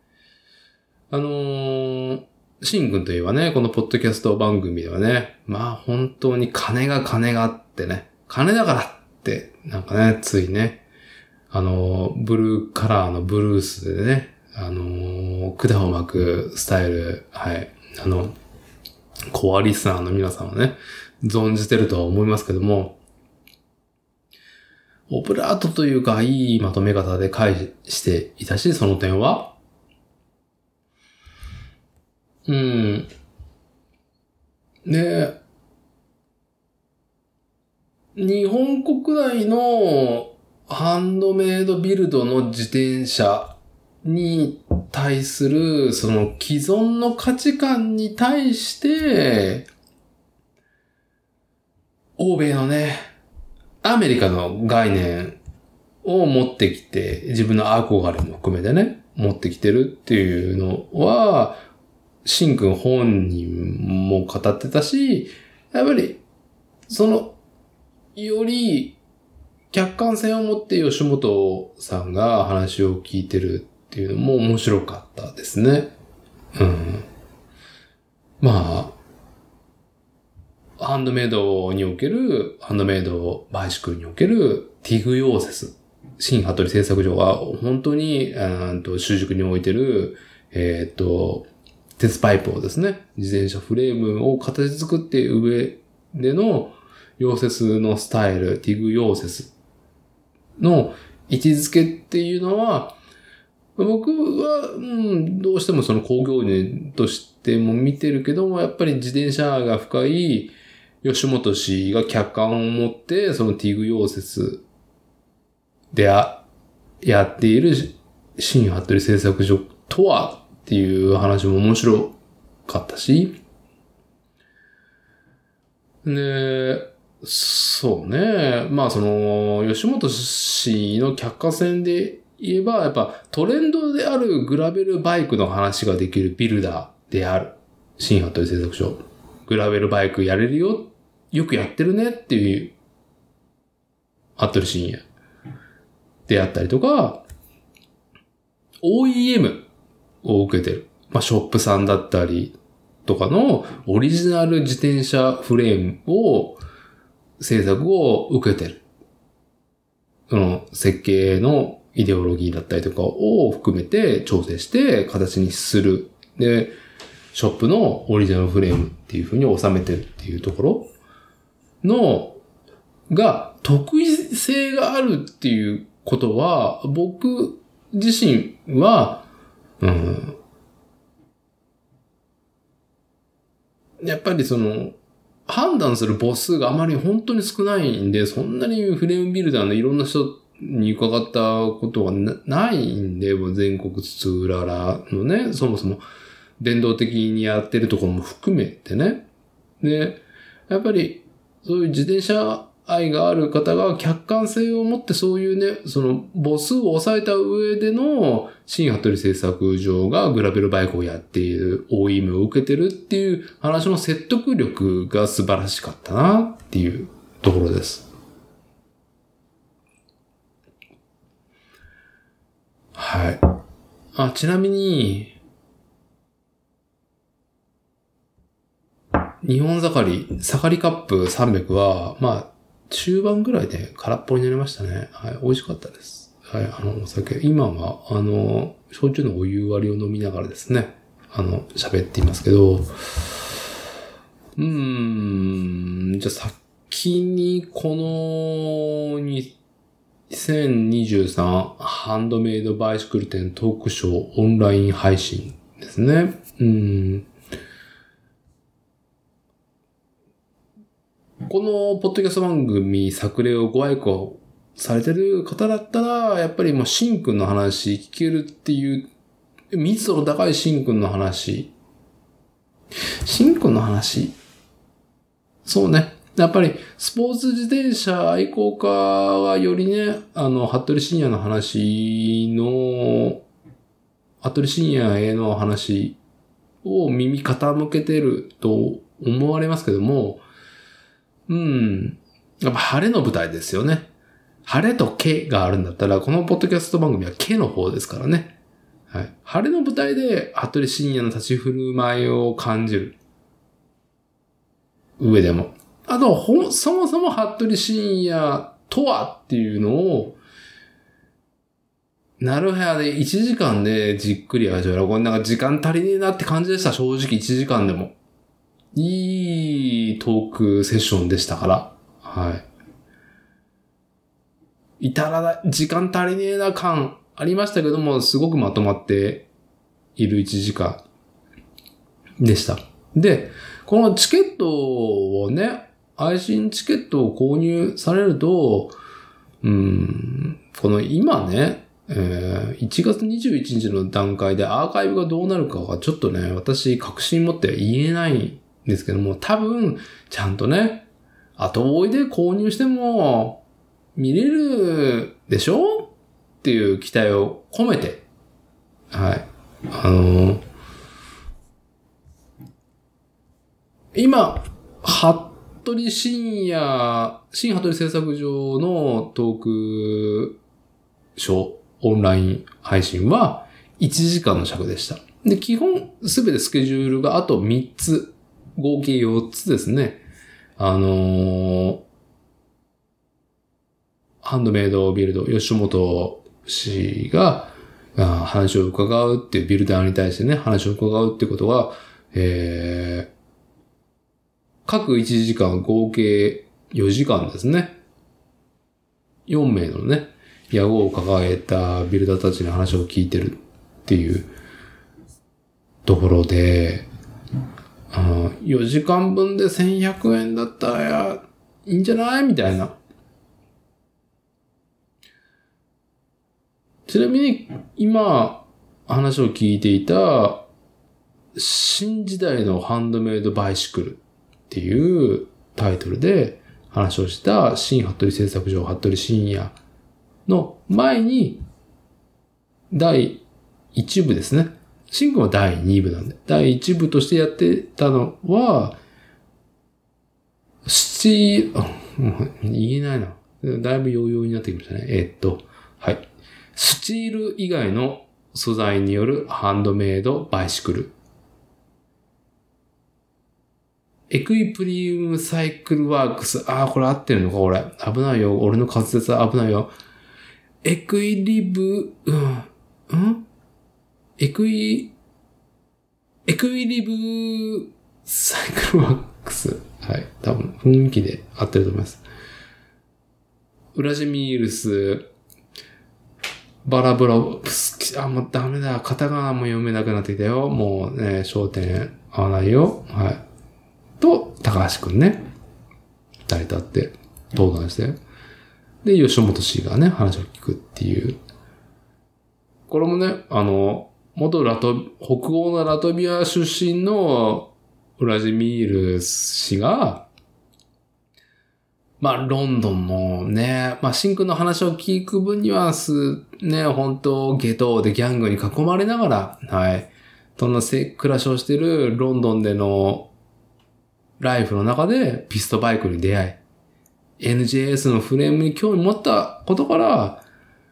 S1: シンくんといえばね、このポッドキャスト番組ではね、本当に金がってね、金だからって、なんかね、ついね、ブルーカラーのブルースでね、管を巻くスタイル、コアリスナーの皆さんはね、存じてるとは思いますけども、オブラートというか、いいまとめ方で返していたし、その点は、 うん。で、日本国内のハンドメイドビルドの自転車に対するその既存の価値観に対して欧米のね、アメリカの概念を持ってきて、自分の憧れも含めてね、持ってきてるっていうのは、シンくん本人も語ってたし、やっぱり、より客観性を持って吉本さんが話を聞いてるっていうのも面白かったですね。うん。まあ、ハンドメイドにおける、ハンドメイドバイシクルにおけるティグ溶接。新羽鳥製作所が本当に、主軸に置いてる、鉄パイプをですね、自転車フレームを形作って上での溶接のスタイル、ティグ溶接の位置づけっていうのは、僕は、どうしてもその工業人としても見てるけども、やっぱり自転車が深い吉本氏が客観を持って、そのティグ溶接でやっている新羽鳥製作所とはっていう話も面白かったし、で、そうね。まあ吉本氏の客観線で言えば、やっぱトレンドであるグラベルバイクの話ができるビルダーである新羽鳥製作所。グラベルバイクやれるよ。よくやってるねっていう服部深也であったりとか、OEM を受けてる。まあショップさんだったりとかのオリジナル自転車フレームを制作を受けてる。その設計のイデオロギーだったりとかを含めて調整して形にする。で、ショップのオリジナルフレームっていう風に収めてるっていうところのが特異性があるっていうことは僕自身は、やっぱり判断する母数があまり本当に少ないんで、そんなにフレームビルダーのいろんな人に伺ったことはないんで、もう全国津々浦々のね、そもそも伝統的にやってるところも含めてね。で、やっぱりそういう自転車愛がある方が客観性を持ってそういうね、母数を抑えた上での新羽鳥製作所がグラベルバイクをやっている OEM を受けてるっていう話の説得力が素晴らしかったなっていうところです。はい。ちなみに、日本盛りカップ300は、中盤ぐらいで空っぽになりましたね。はい、美味しかったです。はい、お酒。今は、焼酎のお湯割りを飲みながらですね、喋っていますけど、じゃあ先にこの2023ハンドメイドバイシクル展トークショーオンライン配信ですね。このポッドキャスト番組作例をご愛顧されてる方だったら、やっぱりもうシンくんの話聞けるっていう、密度の高いシンくんの話。シンくんの話。そうね。やっぱりスポーツ自転車愛好家はよりね、服部深也の話の、服部深也への話を耳傾けてると思われますけども、やっぱ晴れの舞台ですよね。晴れと毛があるんだったら、このポッドキャスト番組は毛の方ですからね。はい。晴れの舞台で、服部深也の立ち振る舞いを感じる。上でも。あと、そもそも服部深也とはっていうのを、なるはやで1時間でじっくり味わう。これなんか時間足りねえなって感じでした。正直1時間でも。いいトークセッションでしたから。はい。時間足りねえな感ありましたけども、すごくまとまっている1時間でした。で、このチケットをね、配信チケットを購入されると、この今ね、1月21日の段階でアーカイブがどうなるかはちょっとね、私確信持って言えないんですけども、多分、ちゃんとね、後追いで購入しても見れるでしょっていう期待を込めて、はい。今、服部新服部製作所のトークショー、オンライン配信は1時間の尺でした。で、基本すべてスケジュールがあと3つ、合計4つですね。ハンドメイドビルド、吉本氏が話を伺うっていうビルダーに対してね、話を伺うっていうことが、各1時間合計4時間ですね。4名のね、野望を抱えたビルダーたちの話を聞いてるっていうところで、4時間分で1100円だったらいいんじゃないみたいな。ちなみに今話を聞いていた新時代のハンドメイドバイシクルっていうタイトルで話をした新服部製作所服部深也の前に第1部ですね。新君は第2部なんで。第1部としてやってたのは、言えないな。だいぶ余裕になってきましたね。はい。スチール以外の素材によるハンドメイドバイシクル。エクイプリウムサイクルワークス。これ合ってるのか俺。危ないよ。俺の滑舌は危ないよ。エクイリブサイクルワークス。はい。多分、雰囲気で合ってると思います。ウラジミールス、バラブラブスキ、もうダメだ。カタカナも読めなくなってきたよ。もうね、焦点合わないよ。はい。と、高橋くんね。二人立って登壇して。で、吉本氏がね、話を聞くっていう。これもね、北欧のラトビア出身のウラジミール氏が、ロンドンのね、シンクの話を聞く分には本当ゲトでギャングに囲まれながら、はい。そんな暮らしをしているロンドンでのライフの中でピストバイクに出会い、NJS のフレームに興味持ったことから、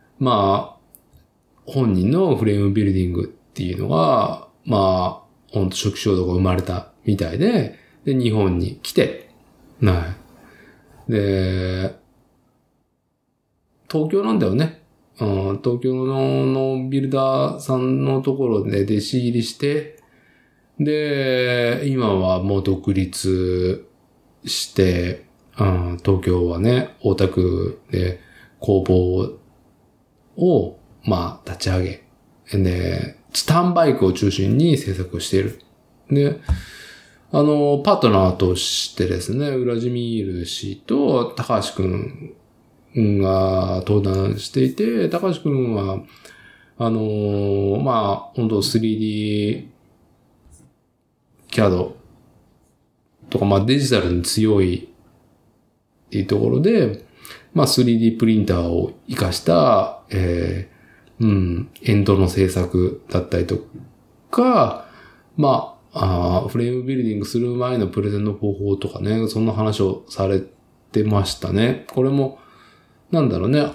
S1: 本人のフレームビルディングっていうのが、ほんと初期衝動が生まれたみたいで、日本に来て、はい。で、東京なんだよね。東京のビルダーさんのところで弟子入りして、で、今はもう独立して、東京はね、大田区で工房を、立ち上げ、で、チタンバイクを中心に制作をしている。で、パートナーとしてですね、ウラジミール氏と高橋くんが登壇していて、高橋くんは、本当 3D CAD とか、デジタルに強いっていうところで、3D プリンターを活かした、エンドの制作だったりとか、フレームビルディングする前のプレゼンの方法とかね、そんな話をされてましたね。これも、なんだろうね、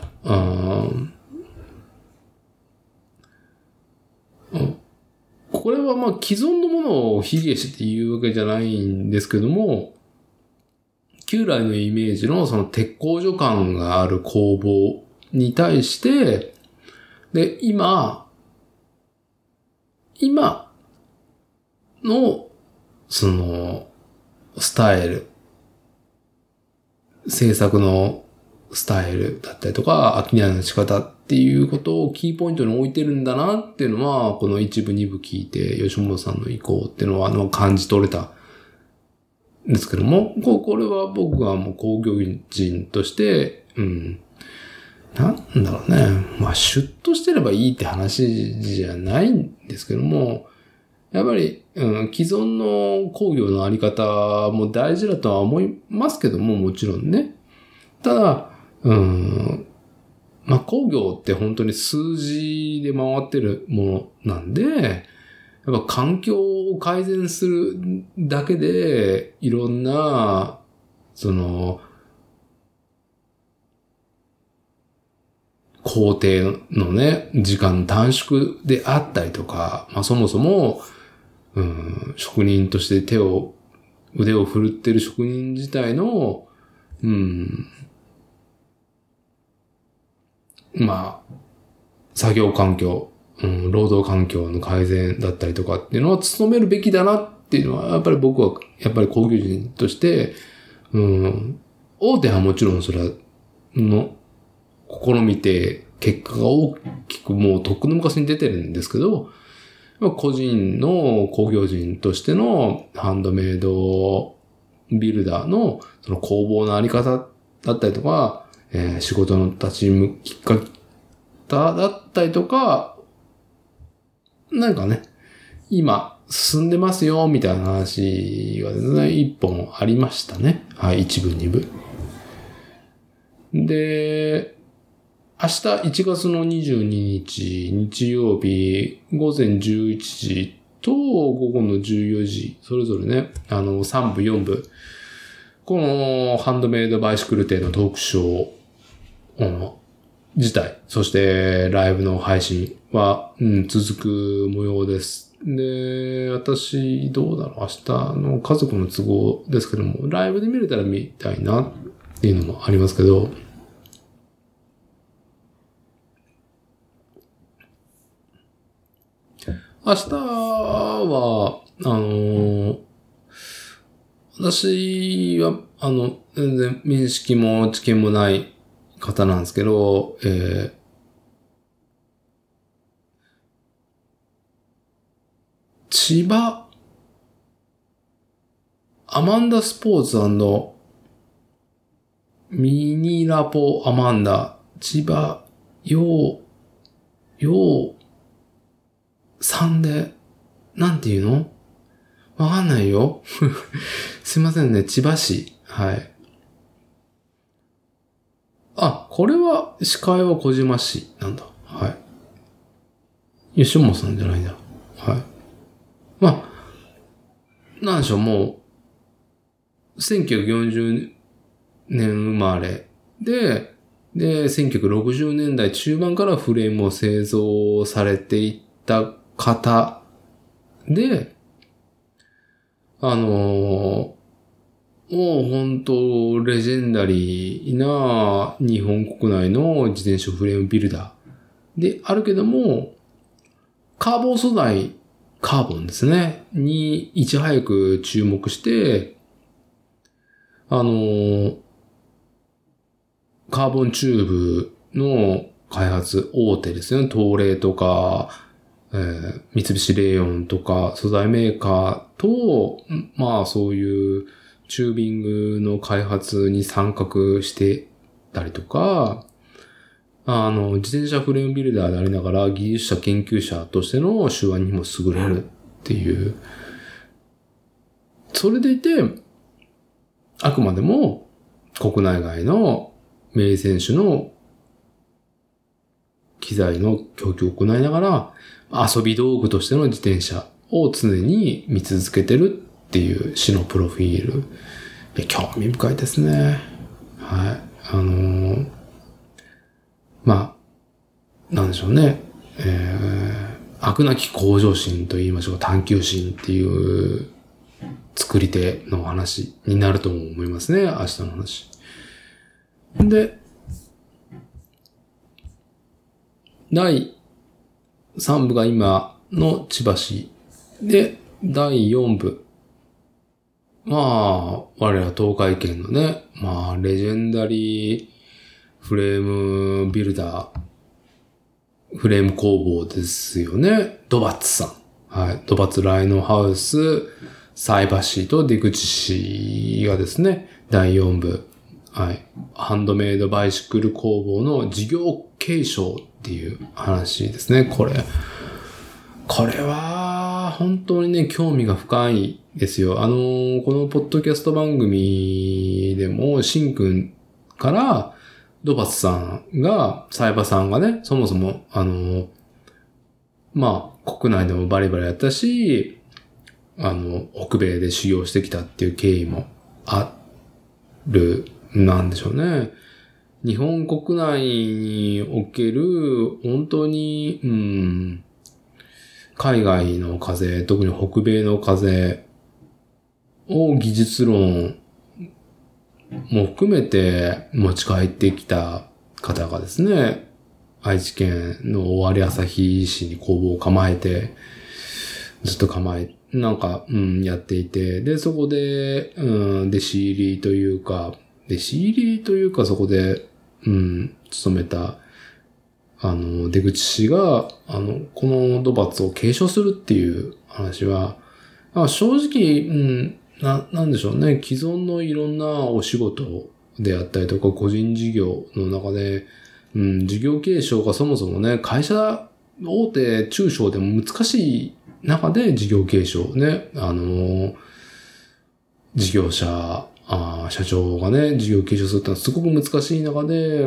S1: これは既存のものを卑下して言うわけじゃないんですけども、旧来のイメージのその鉄工所感がある工房に対して、で、今の、その、スタイル、制作のスタイルだったりとか、商いの仕方っていうことをキーポイントに置いてるんだなっていうのは、この一部二部聞いて、吉本さんの意向っていうのは、感じ取れたんですけども、これは僕がもう工業人として、なんだろうね。まあ、シュッとしてればいいって話じゃないんですけども、やっぱり、既存の工業のあり方も大事だとは思いますけども、もちろんね。ただ、まあ、工業って本当に数字で回ってるものなんで、やっぱ環境を改善するだけで、いろんな、工程のね、時間短縮であったりとか、まあそもそも、職人として腕を振るってる職人自体の、まあ、作業環境、労働環境の改善だったりとかっていうのは努めるべきだなっていうのは、やっぱり僕は、やっぱり工業人として、大手はもちろんそれは、試みて、結果が大きくもうとっくの昔に出てるんですけど、個人の工業人としてのハンドメイドビルダーのその工房のあり方だったりとか、仕事の立ち向き方だったりとか、なんかね、今進んでますよみたいな話がですね、一本ありましたね。はい、一部二部。で、明日1月の22日日曜日午前11時と午後の14時、それぞれね、3部4部、このハンドメイドバイシクル店のトークショー自体、そしてライブの配信は、続く模様です。で、私、どうだろう、明日の家族の都合ですけども、ライブで見れたら見たいなっていうのもありますけど、明日は、私は、全然面識も知見もない方なんですけど、千葉、アマンダスポーツ&ミニラポアマンダ、千葉、よう、さんで、なんていうの？わかんないよ。すいませんね、千葉市。はい。あ、これは、司会は小島市なんだ。はい。吉本さんじゃないんだ。はい。まあ、なんでしょう、もう、1940年生まれで、1960年代中盤からフレームを製造されていった方で、もう本当レジェンダリーな日本国内の自転車フレームビルダーであるけども、カーボン素材、カーボンですね、にいち早く注目して、カーボンチューブの開発大手ですよね。東レとか、三菱レイオンとか素材メーカーと、まあそういうチュービングの開発に参画してたりとか、自転車フレームビルダーでありながら技術者研究者としての手腕にも優れるっていう。それでいて、あくまでも国内外の名選手の機材の供給を行いながら、遊び道具としての自転車を常に見続けてるっていう詩のプロフィール。興味深いですね。はい。まあ、なんでしょうね。飽くなき向上心と言いましょうか、探求心っていう作り手の話になると思いますね。明日の話。で、第3部が今の千葉市で、第4部。まあ、我ら東海圏のね、まあ、レジェンダリーフレームビルダー、フレーム工房ですよね。ドバッツさん。はい。ドバッツライノハウス、菜箸と出口氏がですね、第4部。はい。ハンドメイドバイシクル工房の事業継承っていう話ですね。これは、本当にね、興味が深いですよ。このポッドキャスト番組でも、シンくんから、ドバツさんが、サイバさんがね、そもそも、国内でもバリバリやったし、北米で修行してきたっていう経緯もある、なんでしょうね。日本国内における、本当に、海外の風、特に北米の風を技術論も含めて持ち帰ってきた方がですね、愛知県の尾張旭市に工房を構えて、ずっとやっていて、で、そこで、弟子入りというか、そこで、勤めた、出口氏が、このドバッツを継承するっていう話は、正直、なんでしょうね。既存のいろんなお仕事であったりとか、個人事業の中で、事業継承がそもそもね、会社、大手、中小でも難しい中で事業継承ね、事業者、社長がね、事業継承するってのはすごく難しい中で、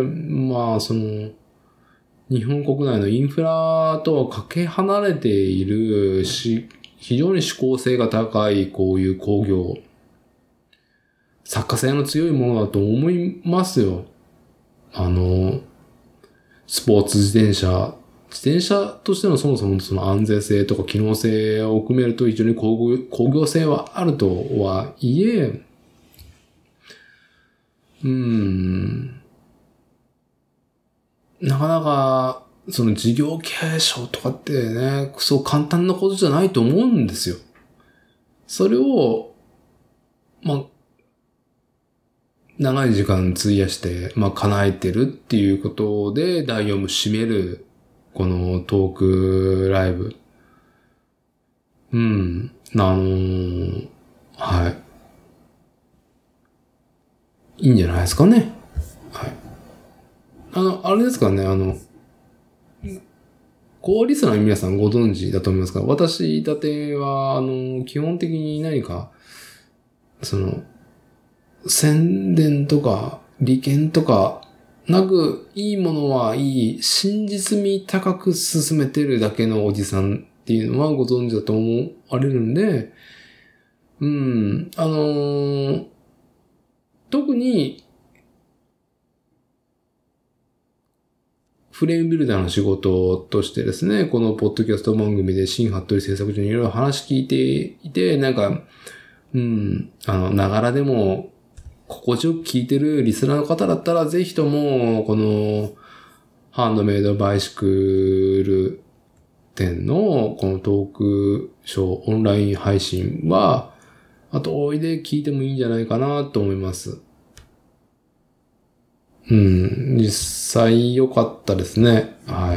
S1: 日本国内のインフラとはかけ離れている非常に指向性が高いこういう工業、作家性の強いものだと思いますよ。スポーツ自転車としてのそもそもその安全性とか機能性を含めると非常に工業性はあるとはいえ、なかなか、その事業継承とかってね、そう簡単なことじゃないと思うんですよ。それを、長い時間費やして、叶えてるっていうことで、第4部締める、このトークライブ。はい。いいんじゃないですかね。はい。あれですかね、リスナーの皆さんご存知だと思いますが、私立ては、基本的に何か、宣伝とか、利権とか、なく、いいものはいい、真実味高く進めてるだけのおじさんっていうのはご存知だと思われるんで、特に、フレームビルダーの仕事としてですね、このポッドキャスト番組で新服部製作所にいろいろ話聞いていて、ながらでも、心地よく聞いてるリスナーの方だったら、ぜひとも、この、ハンドメイドバイシクル店の、このトークショー、オンライン配信は、おいで聞いてもいいんじゃないかなと思います。実際良かったですね。はい。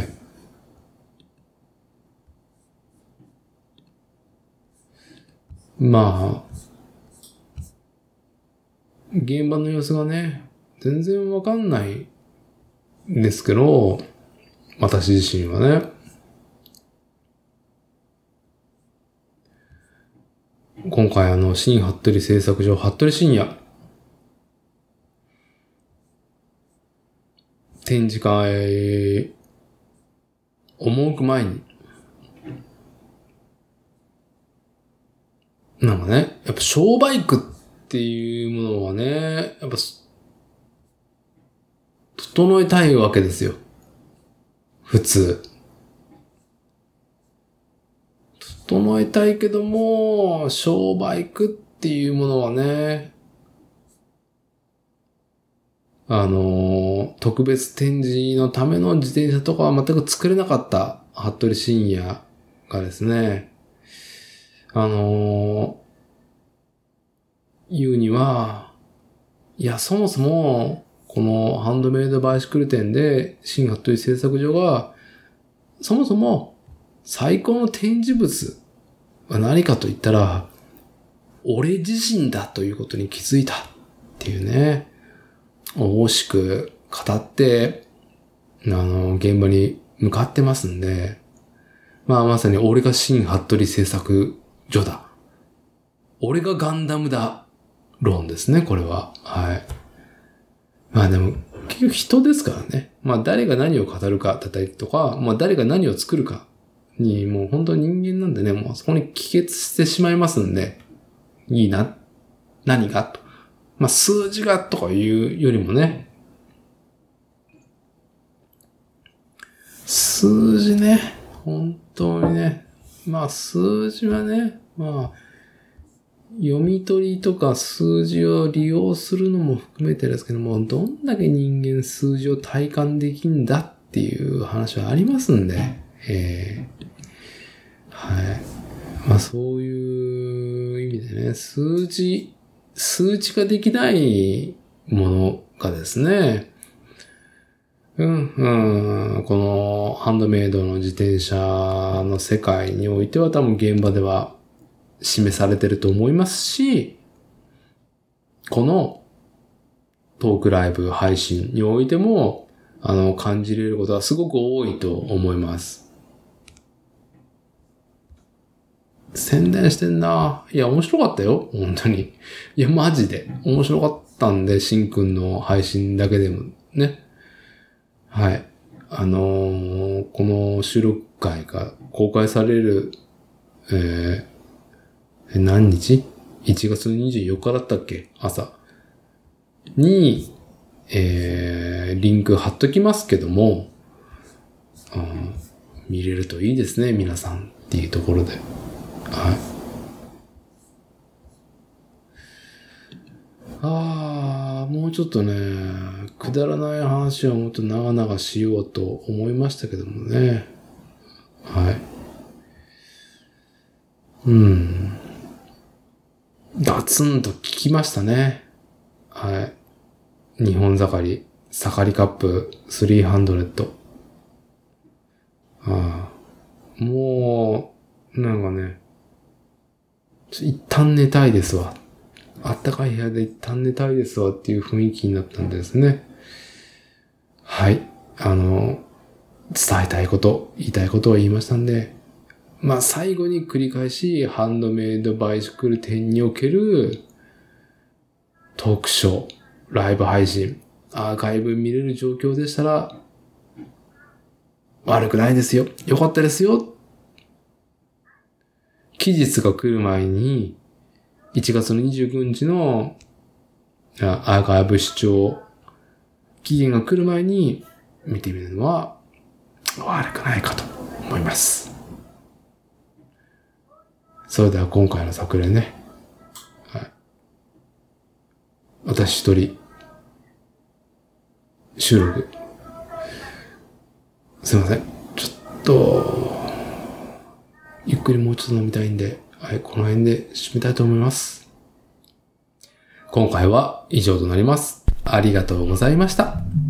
S1: 現場の様子がね、全然わかんないんですけど、私自身はね。今回新服部製作所、服部深夜。展示会、赴く前に。やっぱ小バイクっていうものはね、やっぱ、整えたいわけですよ。普通。整えたいけども、小バイクっていうものはね、特別展示のための自転車とかは全く作れなかった服部深夜がですね、言うには、いや、そもそも、 このハンドメイドバイシクル店で新服部製作所がそもそも最高の展示物は何かと言ったら俺自身だということに気づいたっていうね、大しく語って現場に向かってますんで、まさに俺が新服部製作所だ、俺がガンダムだ論ですね、これは。はい。でも結局人ですからね。誰が何を語るかだったりとか、誰が何を作るかにもう本当に人間なんでね、もうそこに帰結してしまいますんで、いいな、何がと。数字がとかいうよりもね、数字ね、本当にね、数字はね、読み取りとか数字を利用するのも含めてですけども、どんだけ人間数字を体感できんだっていう話はありますんで、はい。そういう意味でね、数値化できないものがですね、このハンドメイドの自転車の世界においては多分現場では示されてると思いますし、このトークライブ配信においても感じれることはすごく多いと思います。宣伝してんな。いや、面白かったよ。本当に。いや、マジで。面白かったんで、しんくんの配信だけでもね。はい。この収録回が公開される、何日 ?1 月24日だったっけ？朝。に、リンク貼っときますけども、見れるといいですね、皆さんっていうところで。はい。もうちょっとね、くだらない話をもっと長々しようと思いましたけどもね。はい。ガツンと聞きましたね。はい。日本盛り、盛りカップ300。もう、なんかね、一旦寝たいですわ。あったかい部屋で一旦寝たいですわっていう雰囲気になったんですね。はい。伝えたいこと、言いたいことを言いましたんで、最後に繰り返し、ハンドメイドバイシクル店におけるトークショー、ライブ配信、アーカイブ見れる状況でしたら、悪くないですよ。よかったですよ。期日が来る前に、1月の29日のアーカイブ視聴期限が来る前に見てみるのは悪くないかと思います。それでは今回の作例ね。はい。私一人収録。すいません。ちょっと、ゆっくりもうちょっと飲みたいんで、はい、この辺で締めたいと思います。今回は以上となります。ありがとうございました。